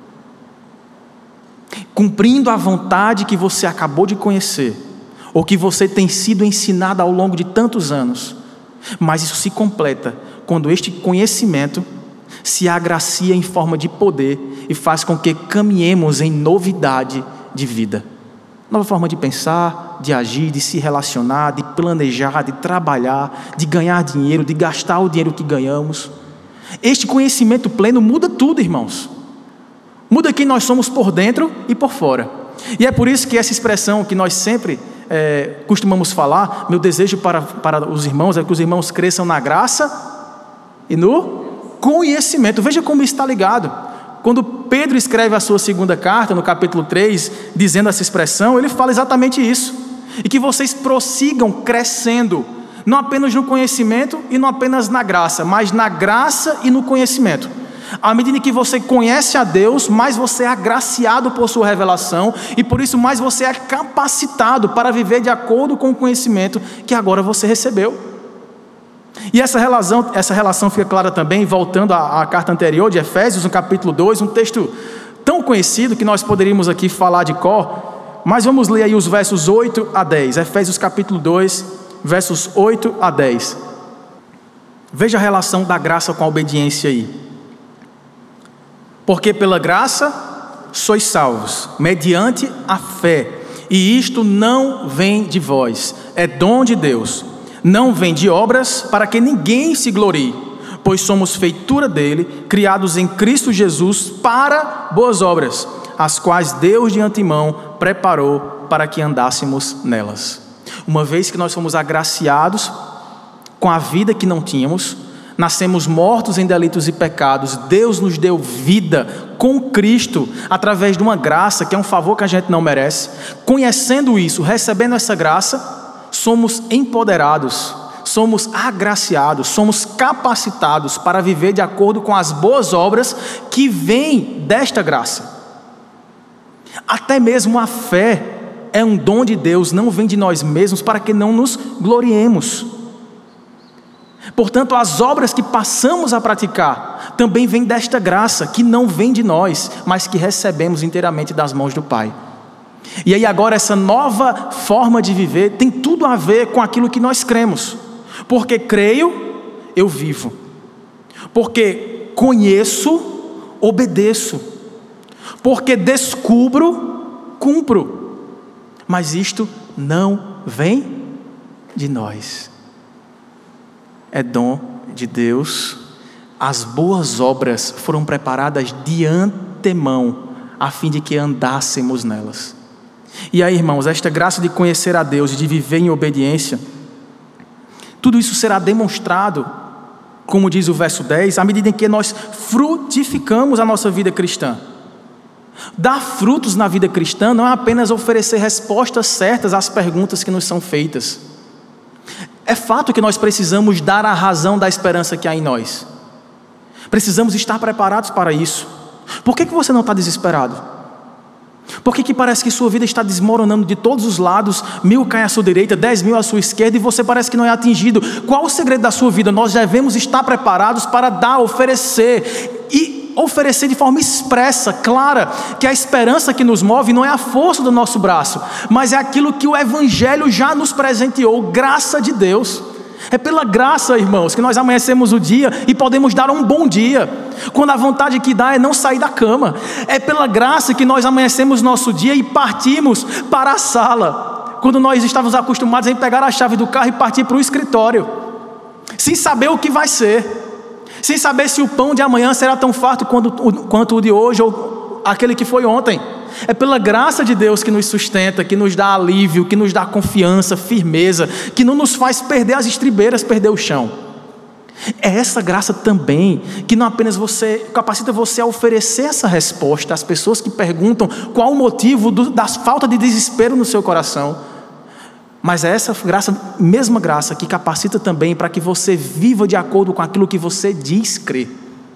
cumprindo a vontade que você acabou de conhecer, ou que você tem sido ensinado ao longo de tantos anos. Mas isso se completa quando este conhecimento se agracia em forma de poder e faz com que caminhemos em novidade de vida. Nova forma de pensar, de agir, de se relacionar, de planejar, de trabalhar, de ganhar dinheiro, de gastar o dinheiro que ganhamos. Este conhecimento pleno muda tudo, irmãos. Muda quem nós somos por dentro e por fora. E é por isso que essa expressão que nós sempre costumamos falar, meu desejo para os irmãos é que os irmãos cresçam na graça e no conhecimento. Veja como isso está ligado. Quando Pedro escreve a sua segunda carta, no capítulo 3, dizendo essa expressão, ele fala exatamente isso. E que vocês prossigam crescendo, não apenas no conhecimento e não apenas na graça, mas na graça e no conhecimento. À medida que você conhece a Deus, mais você é agraciado por sua revelação, e por isso mais você é capacitado para viver de acordo com o conhecimento que agora você recebeu. E essa relação fica clara também, voltando à carta anterior de Efésios, no capítulo 2, um texto tão conhecido que nós poderíamos aqui falar de cor, mas vamos ler aí os versos 8 a 10, Efésios capítulo 2, versos 8 a 10. Veja a relação da graça com a obediência aí. Porque pela graça sois salvos, mediante a fé, e isto não vem de vós, é dom de Deus, não vem de obras, para que ninguém se glorie, pois somos feitura dele, criados em Cristo Jesus para boas obras, as quais Deus de antemão preparou para que andássemos nelas. Uma vez que nós fomos agraciados com a vida que não tínhamos, nascemos mortos em delitos e pecados, Deus nos deu vida com Cristo, através de uma graça, que é um favor que a gente não merece. Conhecendo isso, recebendo essa graça, somos empoderados, somos agraciados, somos capacitados para viver de acordo com as boas obras que vêm desta graça. Até mesmo a fé é um dom de Deus, não vem de nós mesmos, para que não nos gloriemos. Portanto, as obras que passamos a praticar também vêm desta graça, que não vem de nós, mas que recebemos inteiramente das mãos do Pai. E aí agora essa nova forma de viver tem tudo a ver com aquilo que nós cremos. Porque creio, eu vivo. Porque conheço, obedeço. Porque descubro, cumpro. Mas isto não vem de nós. É dom de Deus. As boas obras foram preparadas de antemão, a fim de que andássemos nelas. E aí, irmãos, esta graça de conhecer a Deus e de viver em obediência, tudo isso será demonstrado, como diz o verso 10, à medida em que nós frutificamos a nossa vida cristã. Dar frutos na vida cristã não é apenas oferecer respostas certas às perguntas que nos são feitas. É fato que nós precisamos dar a razão da esperança que há em nós. Precisamos estar preparados para isso. Por que você não está desesperado? Por que parece que sua vida está desmoronando de todos os lados? 1000 caem à sua direita, 10.000 à sua esquerda, e você parece que não é atingido. Qual o segredo da sua vida? Nós devemos estar preparados para dar, oferecer e oferecer de forma expressa, clara, que a esperança que nos move não é a força do nosso braço, mas é aquilo que o Evangelho já nos presenteou, graça de Deus. É pela graça, irmãos, que nós amanhecemos o dia e podemos dar um bom dia, quando a vontade que dá é não sair da cama. É pela graça que nós amanhecemos nosso dia e partimos para a sala, quando nós estávamos acostumados a pegar a chave do carro e partir para o escritório, sem saber o que vai ser, sem saber se o pão de amanhã será tão farto quanto o de hoje ou aquele que foi ontem. É pela graça de Deus que nos sustenta, que nos dá alívio, que nos dá confiança, firmeza, que não nos faz perder as estribeiras, perder o chão. É essa graça também que não apenas capacita você a oferecer essa resposta às pessoas que perguntam qual o motivo da falta de desespero no seu coração, mas é essa graça, mesma graça, que capacita também para que você viva de acordo com aquilo que você diz crer.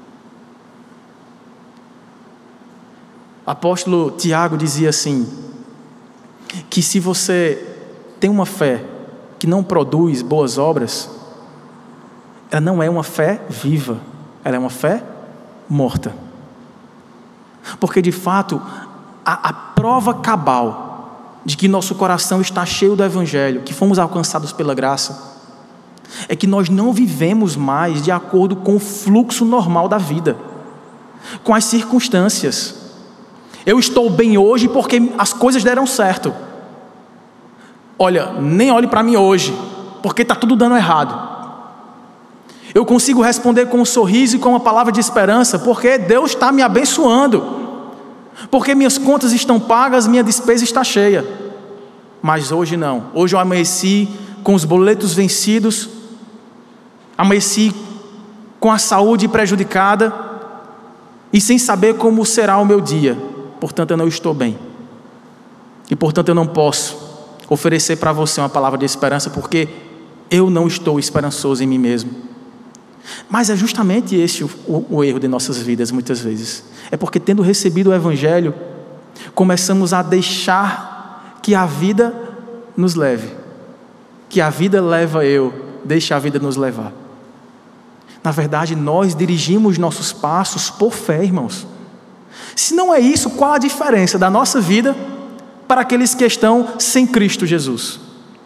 O apóstolo Tiago dizia assim, que se você tem uma fé que não produz boas obras, ela não é uma fé viva, ela é uma fé morta. Porque de fato, a prova cabal de que nosso coração está cheio do Evangelho, que fomos alcançados pela graça, é que nós não vivemos mais de acordo com o fluxo normal da vida, com as circunstâncias. Eu estou bem hoje porque as coisas deram certo. Olha, nem olhe para mim hoje, porque está tudo dando errado. Eu consigo responder com um sorriso e com uma palavra de esperança, porque Deus está me abençoando, porque minhas contas estão pagas, minha despesa está cheia. Mas hoje não. Hoje eu amanheci com os boletos vencidos, amanheci com a saúde prejudicada e sem saber como será o meu dia. Portanto, eu não estou bem. E portanto, eu não posso oferecer para você uma palavra de esperança, porque eu não estou esperançoso em mim mesmo. Mas é justamente esse o erro de nossas vidas, muitas vezes. É porque, tendo recebido o Evangelho, começamos a deixar que a vida nos leve. Que a vida leva eu, deixa a vida nos levar. Na verdade, nós dirigimos nossos passos por fé, irmãos. Se não é isso, qual a diferença da nossa vida para aqueles que estão sem Cristo Jesus?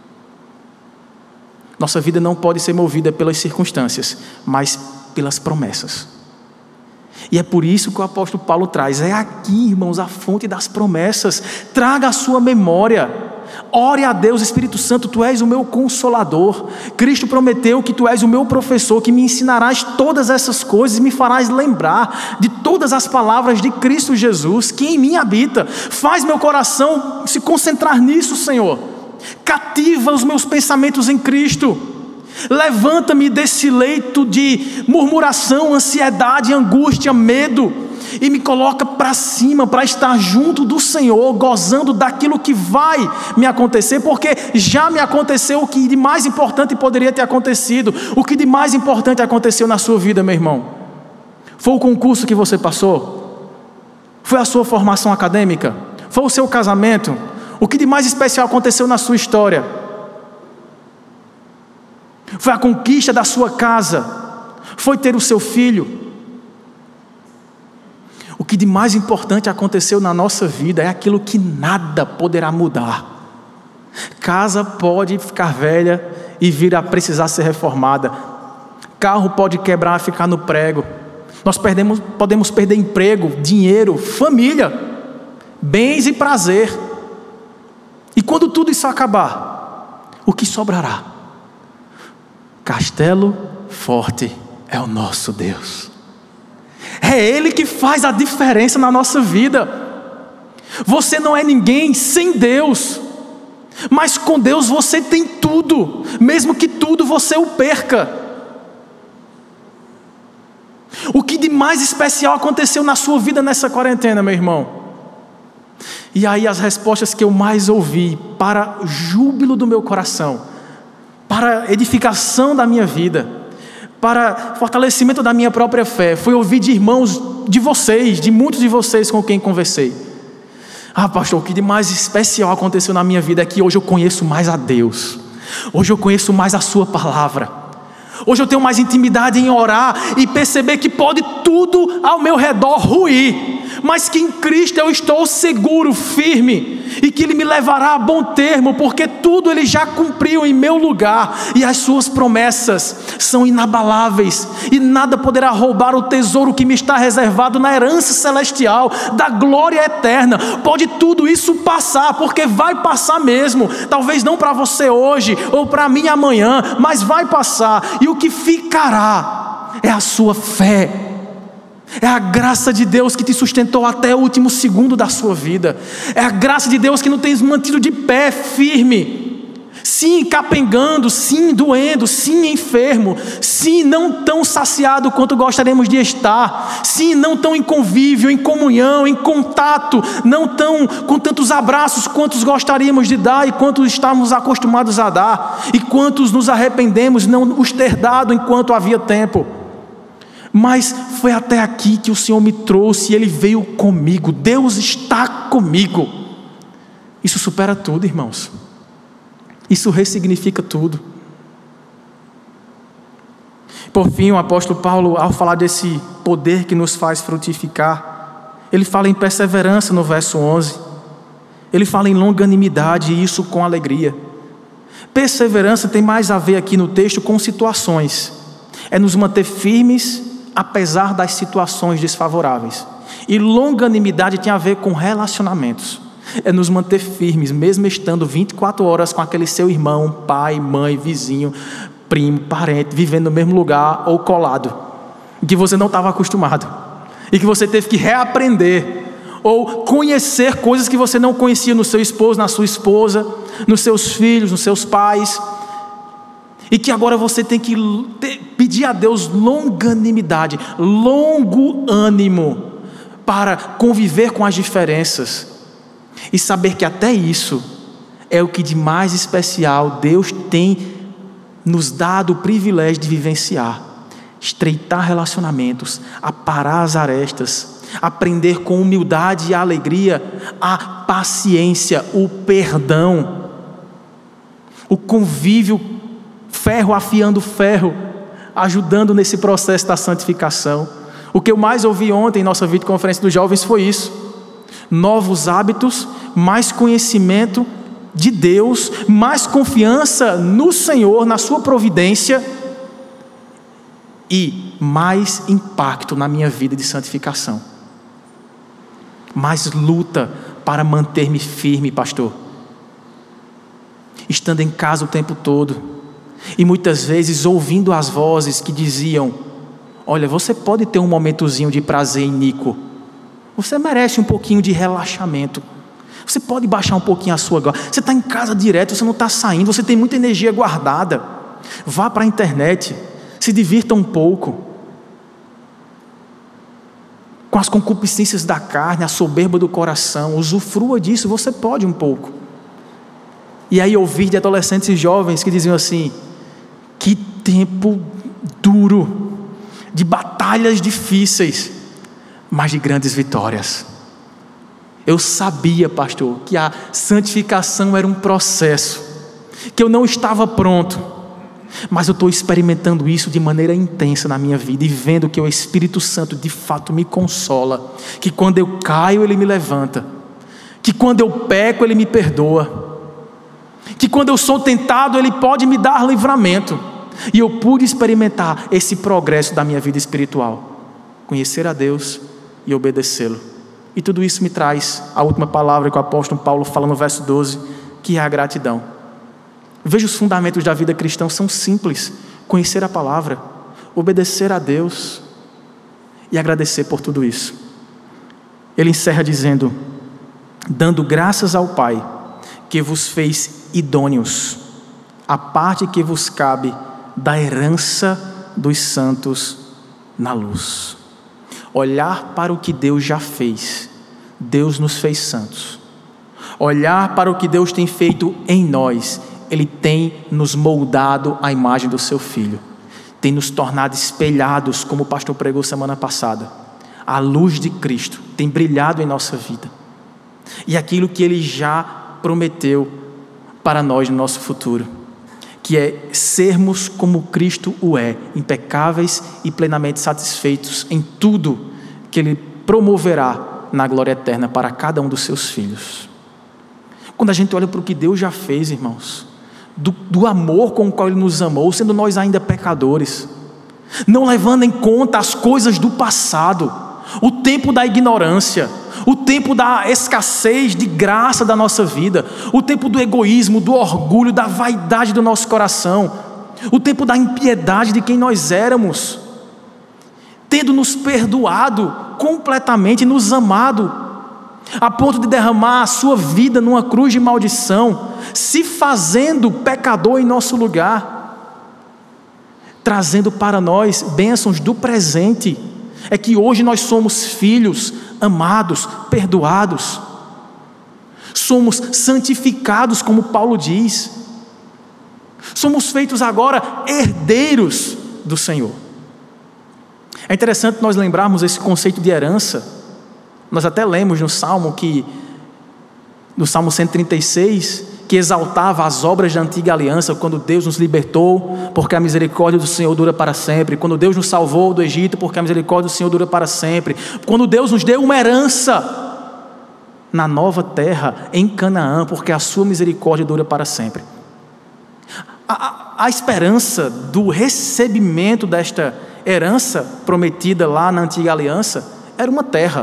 Nossa vida não pode ser movida pelas circunstâncias, mas pelas promessas. E é por isso que o apóstolo Paulo traz, é aqui, irmãos, a fonte das promessas. Traga a sua memória. Ore a Deus, Espírito Santo, tu és o meu consolador. Cristo prometeu que tu és o meu professor, que me ensinarás todas essas coisas e me farás lembrar de todas as palavras de Cristo Jesus, que em mim habita. Faz meu coração se concentrar nisso, Senhor. Cativa os meus pensamentos em Cristo. Levanta-me desse leito de murmuração, ansiedade, angústia, medo, e me coloca para cima, para estar junto do Senhor, gozando daquilo que vai me acontecer, porque já me aconteceu o que de mais importante poderia ter acontecido. O que de mais importante aconteceu na sua vida, meu irmão? Foi o concurso que você passou? Foi a sua formação acadêmica? Foi o seu casamento? O que de mais especial aconteceu na sua história? Foi a conquista da sua casa? Foi ter o seu filho? O que de mais importante aconteceu na nossa vida é aquilo que nada poderá mudar. Casa pode ficar velha e vir a precisar ser reformada. Carro pode quebrar e ficar no prego. Nós podemos perder emprego, dinheiro, família, bens e prazer. E quando tudo isso acabar, o que sobrará? Castelo forte é o nosso Deus. É Ele que faz a diferença na nossa vida. Você não é ninguém sem Deus, mas com Deus você tem tudo, mesmo que tudo você o perca. O que de mais especial aconteceu na sua vida nessa quarentena, meu irmão? E aí as respostas que eu mais ouvi, para júbilo do meu coração, para edificação da minha vida, para fortalecimento da minha própria fé, foi ouvir de irmãos de vocês, de muitos de vocês com quem conversei. Pastor, o que de mais especial aconteceu na minha vida é que hoje eu conheço mais a Deus. Hoje eu conheço mais a sua palavra. Hoje eu tenho mais intimidade em orar e perceber que pode tudo ao meu redor ruir, mas que em Cristo eu estou seguro, firme, e que Ele me levará a bom termo, porque tudo Ele já cumpriu em meu lugar, e as suas promessas são inabaláveis, e nada poderá roubar o tesouro que me está reservado na herança celestial, da glória eterna. Pode tudo isso passar, porque vai passar mesmo, talvez não para você hoje, ou para mim amanhã, mas vai passar, e o que ficará é a sua fé. É a graça de Deus que te sustentou até o último segundo da sua vida. É a graça de Deus que não tem mantido de pé, firme. Sim, capengando, sim, doendo, sim, enfermo. Sim, não tão saciado quanto gostaríamos de estar. Sim, não tão em convívio, em comunhão, em contato. Não tão com tantos abraços quantos gostaríamos de dar e quantos estamos acostumados a dar. E quantos nos arrependemos de não os ter dado enquanto havia tempo. Mas foi até aqui que o Senhor me trouxe e Ele veio comigo. Deus está comigo. Isso supera tudo, irmãos. Isso ressignifica tudo. Por fim, o apóstolo Paulo, ao falar desse poder que nos faz frutificar, ele fala em perseverança no verso 11. Ele fala em longanimidade, e isso com alegria. Perseverança tem mais a ver aqui no texto com situações. É nos manter firmes apesar das situações desfavoráveis. E longanimidade tem a ver com relacionamentos. É nos manter firmes, mesmo estando 24 horas com aquele seu irmão, pai, mãe, vizinho, primo, parente, vivendo no mesmo lugar ou colado, que você não estava acostumado, e que você teve que reaprender, ou conhecer coisas que você não conhecia no seu esposo, na sua esposa, nos seus filhos, nos seus pais, e que agora você tem que pedir a Deus longanimidade, longo ânimo, para conviver com as diferenças, e saber que até isso é o que de mais especial Deus tem nos dado o privilégio de vivenciar. Estreitar relacionamentos, aparar as arestas, aprender com humildade e alegria a paciência, o perdão, o convívio, ferro afiando ferro, ajudando nesse processo da santificação. O que eu mais ouvi ontem em nossa videoconferência dos jovens foi isso: novos hábitos, mais conhecimento de Deus, mais confiança no Senhor, na sua providência, e mais impacto na minha vida de santificação, mais luta para manter-me firme, pastor, estando em casa o tempo todo, e muitas vezes ouvindo as vozes que diziam: olha, você pode ter um momentozinho de prazer em Nico, você merece um pouquinho de relaxamento, você pode baixar um pouquinho a sua guarda, você está em casa direto, você não está saindo, você tem muita energia guardada, vá para a internet, se divirta um pouco com as concupiscências da carne, a soberba do coração, usufrua disso, você pode um pouco. E aí ouvir de adolescentes e jovens que diziam assim: que tempo duro, de batalhas difíceis, mas de grandes vitórias. Eu sabia, pastor, que a santificação era um processo, que eu não estava pronto, mas eu estou experimentando isso de maneira intensa na minha vida, e vendo que o Espírito Santo de fato me consola, que quando eu caio Ele me levanta, que quando eu peco Ele me perdoa, que quando eu sou tentado Ele pode me dar livramento. E eu pude experimentar esse progresso da minha vida espiritual, conhecer a Deus e obedecê-lo. E tudo isso me traz a última palavra que o apóstolo Paulo fala no verso 12, que é a gratidão. Veja, os fundamentos da vida cristã são simples: conhecer a palavra, obedecer a Deus e agradecer por tudo isso. Ele encerra dizendo: dando graças ao Pai, que vos fez idôneos, a parte que vos cabe da herança dos santos na luz. Olhar para o que Deus já fez. Deus nos fez santos. Olhar para o que Deus tem feito em nós. Ele tem nos moldado à imagem do seu Filho. Tem nos tornado espelhados, como o pastor pregou semana passada. A luz de Cristo tem brilhado em nossa vida. E aquilo que Ele já prometeu para nós no nosso futuro, que é sermos como Cristo o é, impecáveis e plenamente satisfeitos em tudo que Ele promoverá na glória eterna para cada um dos seus filhos. Quando a gente olha para o que Deus já fez, irmãos, do amor com o qual Ele nos amou, sendo nós ainda pecadores, não levando em conta as coisas do passado, o tempo da ignorância, o tempo da escassez de graça da nossa vida, o tempo do egoísmo, do orgulho, da vaidade do nosso coração, o tempo da impiedade de quem nós éramos, tendo nos perdoado completamente, nos amado, a ponto de derramar a sua vida numa cruz de maldição, se fazendo pecador em nosso lugar, trazendo para nós bênçãos do presente. É que hoje nós somos filhos amados, perdoados, somos santificados, como Paulo diz, somos feitos agora herdeiros do Senhor. É interessante nós lembrarmos esse conceito de herança. Nós até lemos no Salmo 136, que exaltava as obras da antiga aliança, quando Deus nos libertou, porque a misericórdia do Senhor dura para sempre, quando Deus nos salvou do Egito, porque a misericórdia do Senhor dura para sempre, quando Deus nos deu uma herança na nova terra, em Canaã, porque a sua misericórdia dura para sempre. A esperança do recebimento desta herança prometida lá na antiga aliança era uma terra,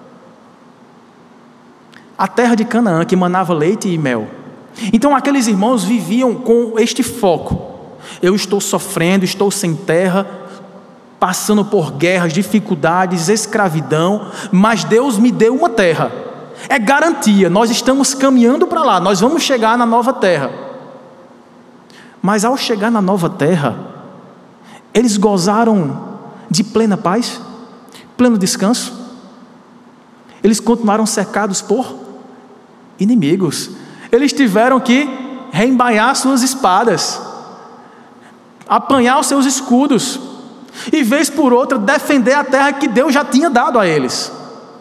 a terra de Canaã, que manava leite e mel. Então aqueles irmãos viviam com este foco: eu estou sofrendo, estou sem terra, passando por guerras, dificuldades, escravidão, mas Deus me deu uma terra, é garantia, nós estamos caminhando para lá, nós vamos chegar na nova terra. Mas ao chegar na nova terra, eles gozaram de plena paz, pleno descanso. Eles continuaram cercados por inimigos. Eles tiveram que reembainhar suas espadas, apanhar os seus escudos, e vez por outra defender a terra que Deus já tinha dado a eles.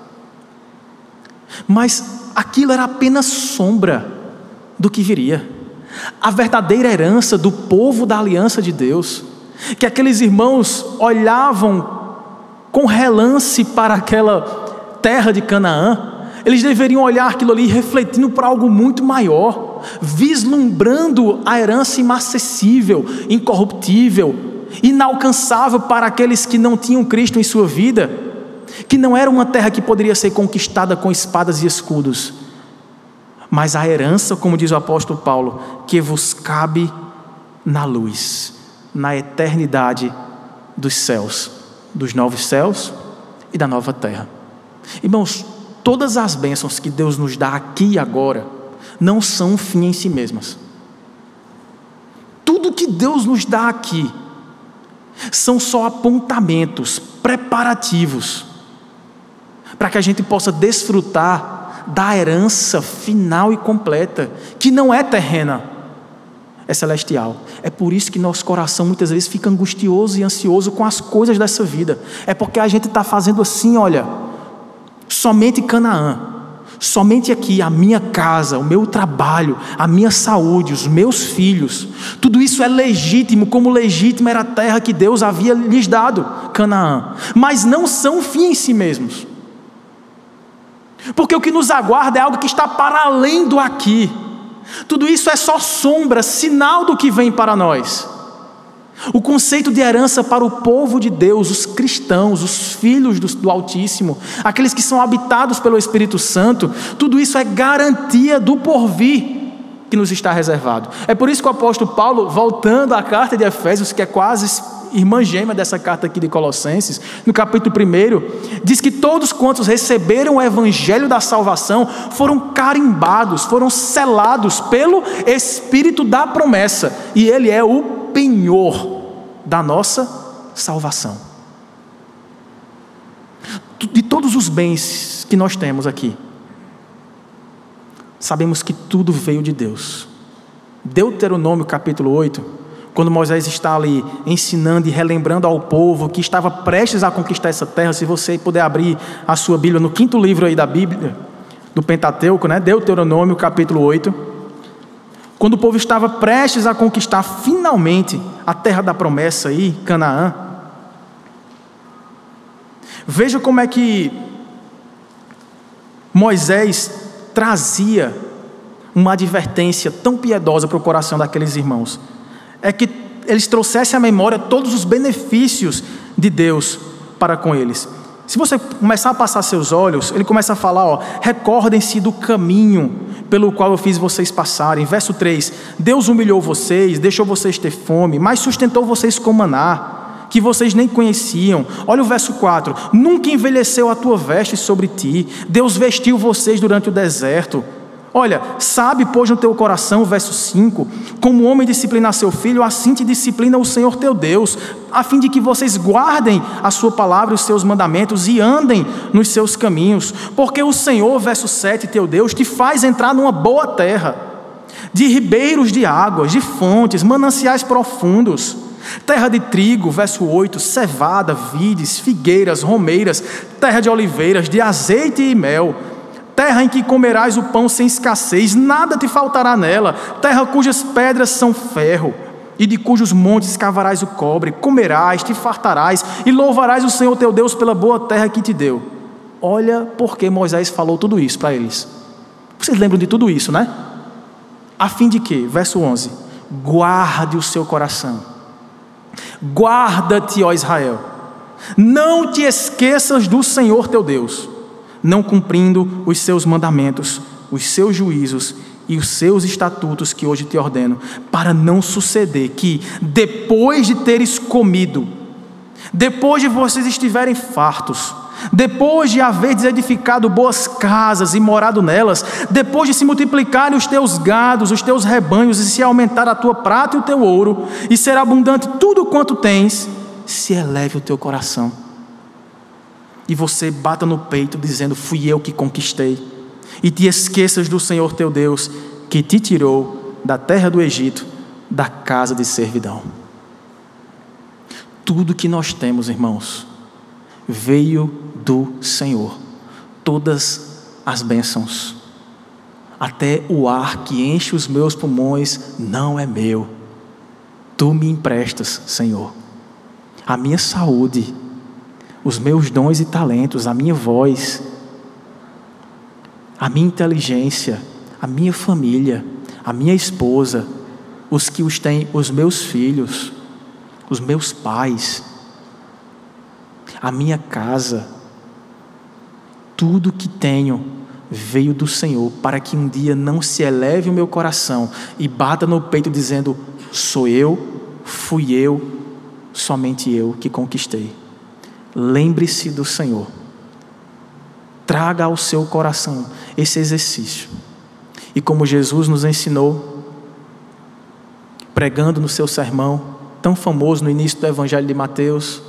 Mas aquilo era apenas sombra do que viria. A verdadeira herança do povo da aliança de Deus, que aqueles irmãos olhavam com relance para aquela terra de Canaã, eles deveriam olhar aquilo ali refletindo para algo muito maior, vislumbrando a herança inacessível, incorruptível, inalcançável para aqueles que não tinham Cristo em sua vida, que não era uma terra que poderia ser conquistada com espadas e escudos, mas a herança, como diz o apóstolo Paulo, que vos cabe na luz, na eternidade dos céus, dos novos céus e da nova terra. Irmãos, todas as bênçãos que Deus nos dá aqui e agora não são um fim em si mesmas. Tudo que Deus nos dá aqui são só apontamentos preparativos para que a gente possa desfrutar da herança final e completa, que não é terrena, é celestial. É por isso que nosso coração muitas vezes fica angustioso e ansioso com as coisas dessa vida. É porque a gente está fazendo assim, olha, somente Canaã, somente aqui, a minha casa, o meu trabalho, a minha saúde, os meus filhos, tudo isso é legítimo, como legítima era a terra que Deus havia lhes dado, Canaã, mas não são fim em si mesmos, porque o que nos aguarda é algo que está para além do aqui. Tudo isso é só sombra, sinal do que vem para nós. O conceito de herança para o povo de Deus, os cristãos, os filhos do Altíssimo, aqueles que são habitados pelo Espírito Santo, tudo isso é garantia do porvir que nos está reservado. É por isso que o apóstolo Paulo, voltando à carta de Efésios, que é quase irmã gêmea dessa carta aqui de Colossenses, no capítulo 1, diz que todos quantos receberam o evangelho da salvação foram carimbados, foram selados pelo Espírito da promessa, e ele é o penhor da nossa salvação. De todos os bens que nós temos aqui, sabemos que tudo veio de Deus. Deuteronômio capítulo 8, quando Moisés está ali ensinando e relembrando ao povo que estava prestes a conquistar essa terra, se você puder abrir a sua Bíblia no 5º livro aí da Bíblia, do Pentateuco, né? Deuteronômio capítulo 8, quando o povo estava prestes a conquistar finalmente a terra da promessa aí, Canaã, veja como é que Moisés trazia uma advertência tão piedosa para o coração daqueles irmãos. É que eles trouxessem à memória todos os benefícios de Deus para com eles. Se você começar a passar seus olhos, ele começa a falar, recordem-se do caminho pelo qual eu fiz vocês passarem. Verso 3, Deus humilhou vocês, deixou vocês ter fome, mas sustentou vocês com maná, que vocês nem conheciam. Olha o verso 4, nunca envelheceu a tua veste sobre ti, Deus vestiu vocês durante o deserto. Olha, sabe, pois, no teu coração, verso 5, como o homem disciplina seu filho, assim te disciplina o Senhor teu Deus, a fim de que vocês guardem a sua palavra e os seus mandamentos e andem nos seus caminhos, porque o Senhor, verso 7, teu Deus, te faz entrar numa boa terra, de ribeiros de águas, de fontes, mananciais profundos, terra de trigo, verso 8, cevada, vides, figueiras, romeiras, terra de oliveiras, de azeite e mel, terra em que comerás o pão sem escassez, nada te faltará nela, terra cujas pedras são ferro, e de cujos montes cavarás o cobre, comerás, te fartarás, e louvarás o Senhor teu Deus pela boa terra que te deu. Olha porque Moisés falou tudo isso para eles. Vocês lembram de tudo isso, né? A fim de que, verso 11, guarde o seu coração, guarda-te, ó Israel, não te esqueças do Senhor teu Deus, não cumprindo os seus mandamentos, os seus juízos e os seus estatutos que hoje te ordeno, para não suceder que, depois de teres comido, depois de vocês estiverem fartos, depois de haveres edificado boas casas e morado nelas, depois de se multiplicarem os teus gados, os teus rebanhos, e se aumentar a tua prata e o teu ouro, e ser abundante tudo quanto tens, se eleve o teu coração, e você bata no peito dizendo, fui eu que conquistei, e te esqueças do Senhor teu Deus, que te tirou da terra do Egito, da casa de servidão. Tudo que nós temos, irmãos, veio do Senhor. Todas as bênçãos, até o ar que enche os meus pulmões, não é meu. Tu me emprestas, Senhor. A minha saúde, os meus dons e talentos, a minha voz, a minha inteligência, a minha família, a minha esposa, os que os têm, os meus filhos, os meus pais, a minha casa, tudo que tenho veio do Senhor, para que um dia não se eleve o meu coração e bata no peito dizendo, sou eu, fui eu, somente eu que conquistei. Lembre-se do Senhor, traga ao seu coração esse exercício, e como Jesus nos ensinou, pregando no seu sermão, tão famoso no início do Evangelho de Mateus,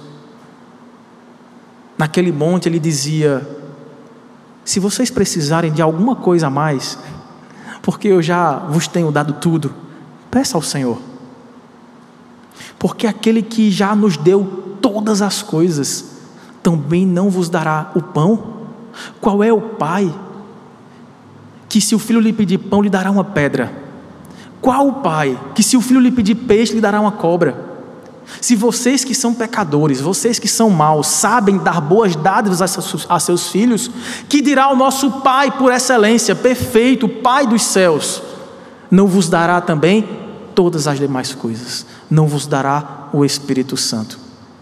naquele monte ele dizia, se vocês precisarem de alguma coisa a mais, porque eu já vos tenho dado tudo, peça ao Senhor, porque aquele que já nos deu todas as coisas, também não vos dará o pão? Qual é o pai que se o filho lhe pedir pão, lhe dará uma pedra? Qual o pai que se o filho lhe pedir peixe, lhe dará uma cobra? Se vocês que são pecadores, vocês que são maus, sabem dar boas dádivas a seus filhos, que dirá o nosso Pai por excelência, perfeito, Pai dos céus, não vos dará também todas as demais coisas? Não vos dará o Espírito Santo?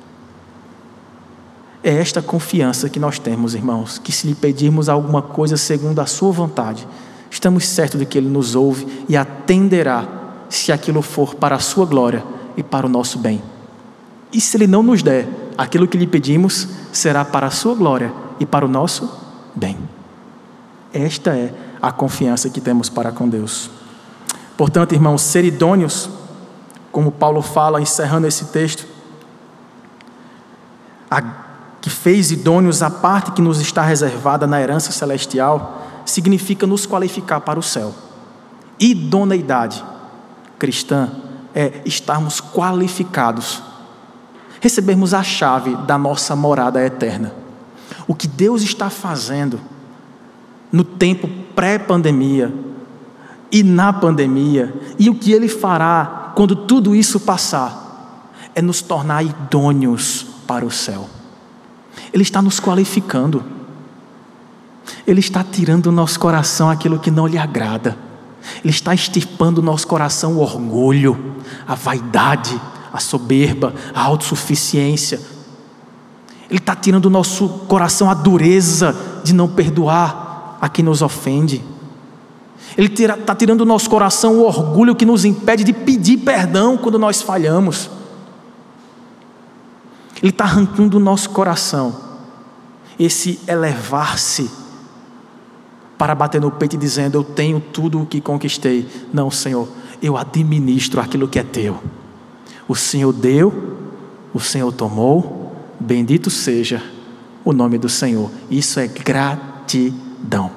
É esta confiança que nós temos, irmãos, que se lhe pedirmos alguma coisa segundo a sua vontade, estamos certos de que Ele nos ouve e atenderá, se aquilo for para a sua glória e para o nosso bem. E se Ele não nos der aquilo que lhe pedimos, será para a sua glória e para o nosso bem. Esta é a confiança que temos para com Deus. Portanto, irmãos, ser idôneos, como Paulo fala encerrando esse texto, que fez idôneos a parte que nos está reservada na herança celestial, significa nos qualificar para o céu. Idoneidade cristã é estarmos qualificados, recebermos a chave da nossa morada eterna. O que Deus está fazendo no tempo pré-pandemia e na pandemia, e o que Ele fará quando tudo isso passar, é nos tornar idôneos para o céu. Ele está nos qualificando. Ele está tirando do nosso coração aquilo que não lhe agrada. Ele está extirpando do nosso coração o orgulho, a vaidade, a soberba, a autossuficiência. Ele está tirando do nosso coração a dureza de não perdoar a quem nos ofende. Ele está tirando do nosso coração o orgulho que nos impede de pedir perdão quando nós falhamos. Ele está arrancando do nosso coração esse elevar-se para bater no peito e dizendo: eu tenho tudo o que conquistei. Não, Senhor, eu administro aquilo que é teu. O Senhor deu, o Senhor tomou, bendito seja o nome do Senhor. Isso é gratidão.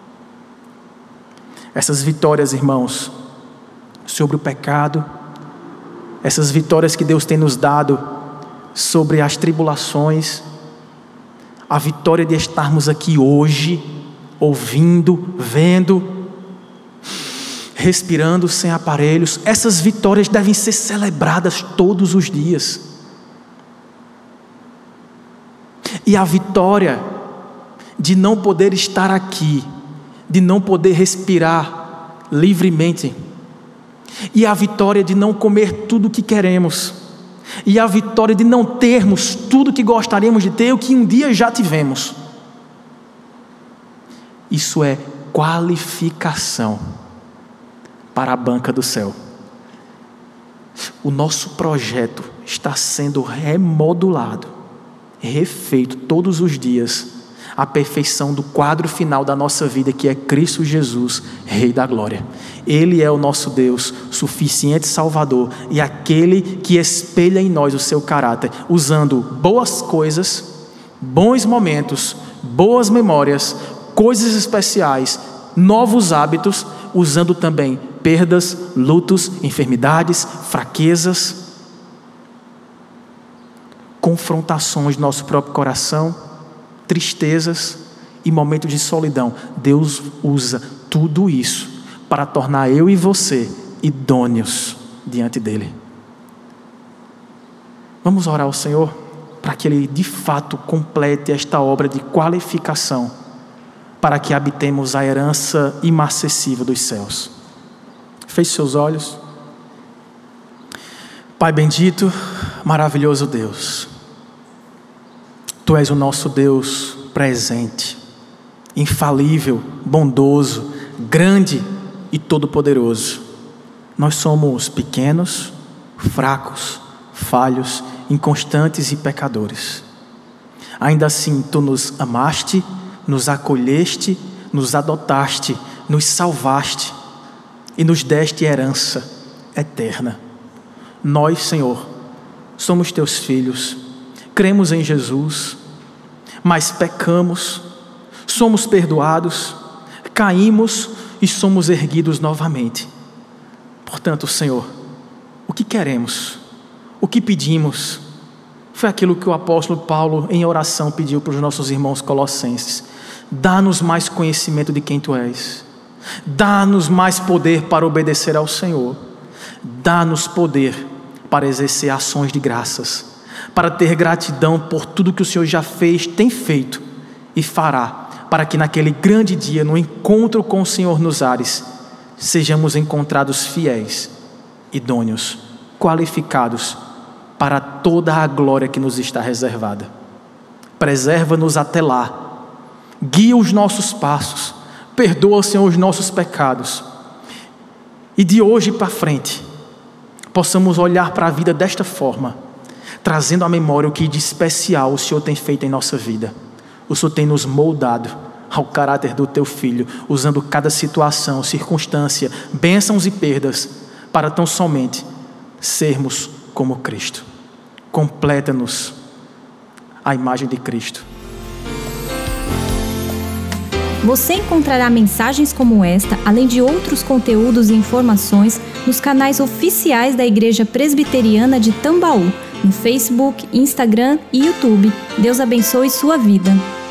Essas vitórias, irmãos, sobre o pecado, essas vitórias que Deus tem nos dado sobre as tribulações, a vitória de estarmos aqui hoje, ouvindo, vendo, respirando sem aparelhos, essas vitórias devem ser celebradas todos os dias. E a vitória de não poder estar aqui, de não poder respirar livremente, e a vitória de não comer tudo o que queremos, e a vitória de não termos tudo que gostaríamos de ter, o que um dia já tivemos. Isso é qualificação para a banca do céu. O nosso projeto está sendo remodulado, refeito todos os dias, a perfeição do quadro final da nossa vida, que é Cristo Jesus, Rei da Glória. Ele é o nosso Deus, suficiente Salvador, e aquele que espelha em nós o seu caráter, usando boas coisas, bons momentos, boas memórias, coisas especiais, novos hábitos, usando também perdas, lutos, enfermidades, fraquezas, confrontações do nosso próprio coração, tristezas e momentos de solidão. Deus usa tudo isso para tornar eu e você idôneos diante dele. Vamos orar ao Senhor para que Ele de fato complete esta obra de qualificação, para que habitemos a herança inacessível dos céus. Feche seus olhos. Pai bendito, maravilhoso Deus, Tu és o nosso Deus presente, infalível, bondoso, grande e todo-poderoso. Nós somos pequenos, fracos, falhos, inconstantes e pecadores. Ainda assim, Tu nos amaste, nos acolheste, nos adotaste, nos salvaste e nos deste herança eterna. Nós, Senhor, somos Teus filhos, cremos em Jesus, mas pecamos, somos perdoados, caímos e somos erguidos novamente. Portanto, Senhor, o que queremos, o que pedimos, foi aquilo que o apóstolo Paulo em oração pediu para os nossos irmãos colossenses: dá-nos mais conhecimento de quem Tu és, dá-nos mais poder para obedecer ao Senhor, dá-nos poder para exercer ações de graças, para ter gratidão por tudo que o Senhor já fez, tem feito e fará, para que naquele grande dia, no encontro com o Senhor nos ares, sejamos encontrados fiéis, idôneos, qualificados para toda a glória que nos está reservada. Preserva-nos até lá, guia os nossos passos, perdoa, Senhor, os nossos pecados, e de hoje para frente possamos olhar para a vida desta forma, trazendo à memória o que de especial o Senhor tem feito em nossa vida. O Senhor tem nos moldado ao caráter do Teu Filho, usando cada situação, circunstância, bênçãos e perdas, para tão somente sermos como Cristo. Completa-nos a imagem de Cristo. Você encontrará mensagens como esta, além de outros conteúdos e informações, nos canais oficiais da Igreja Presbiteriana de Tambaú, no Facebook, Instagram e YouTube. Deus abençoe sua vida.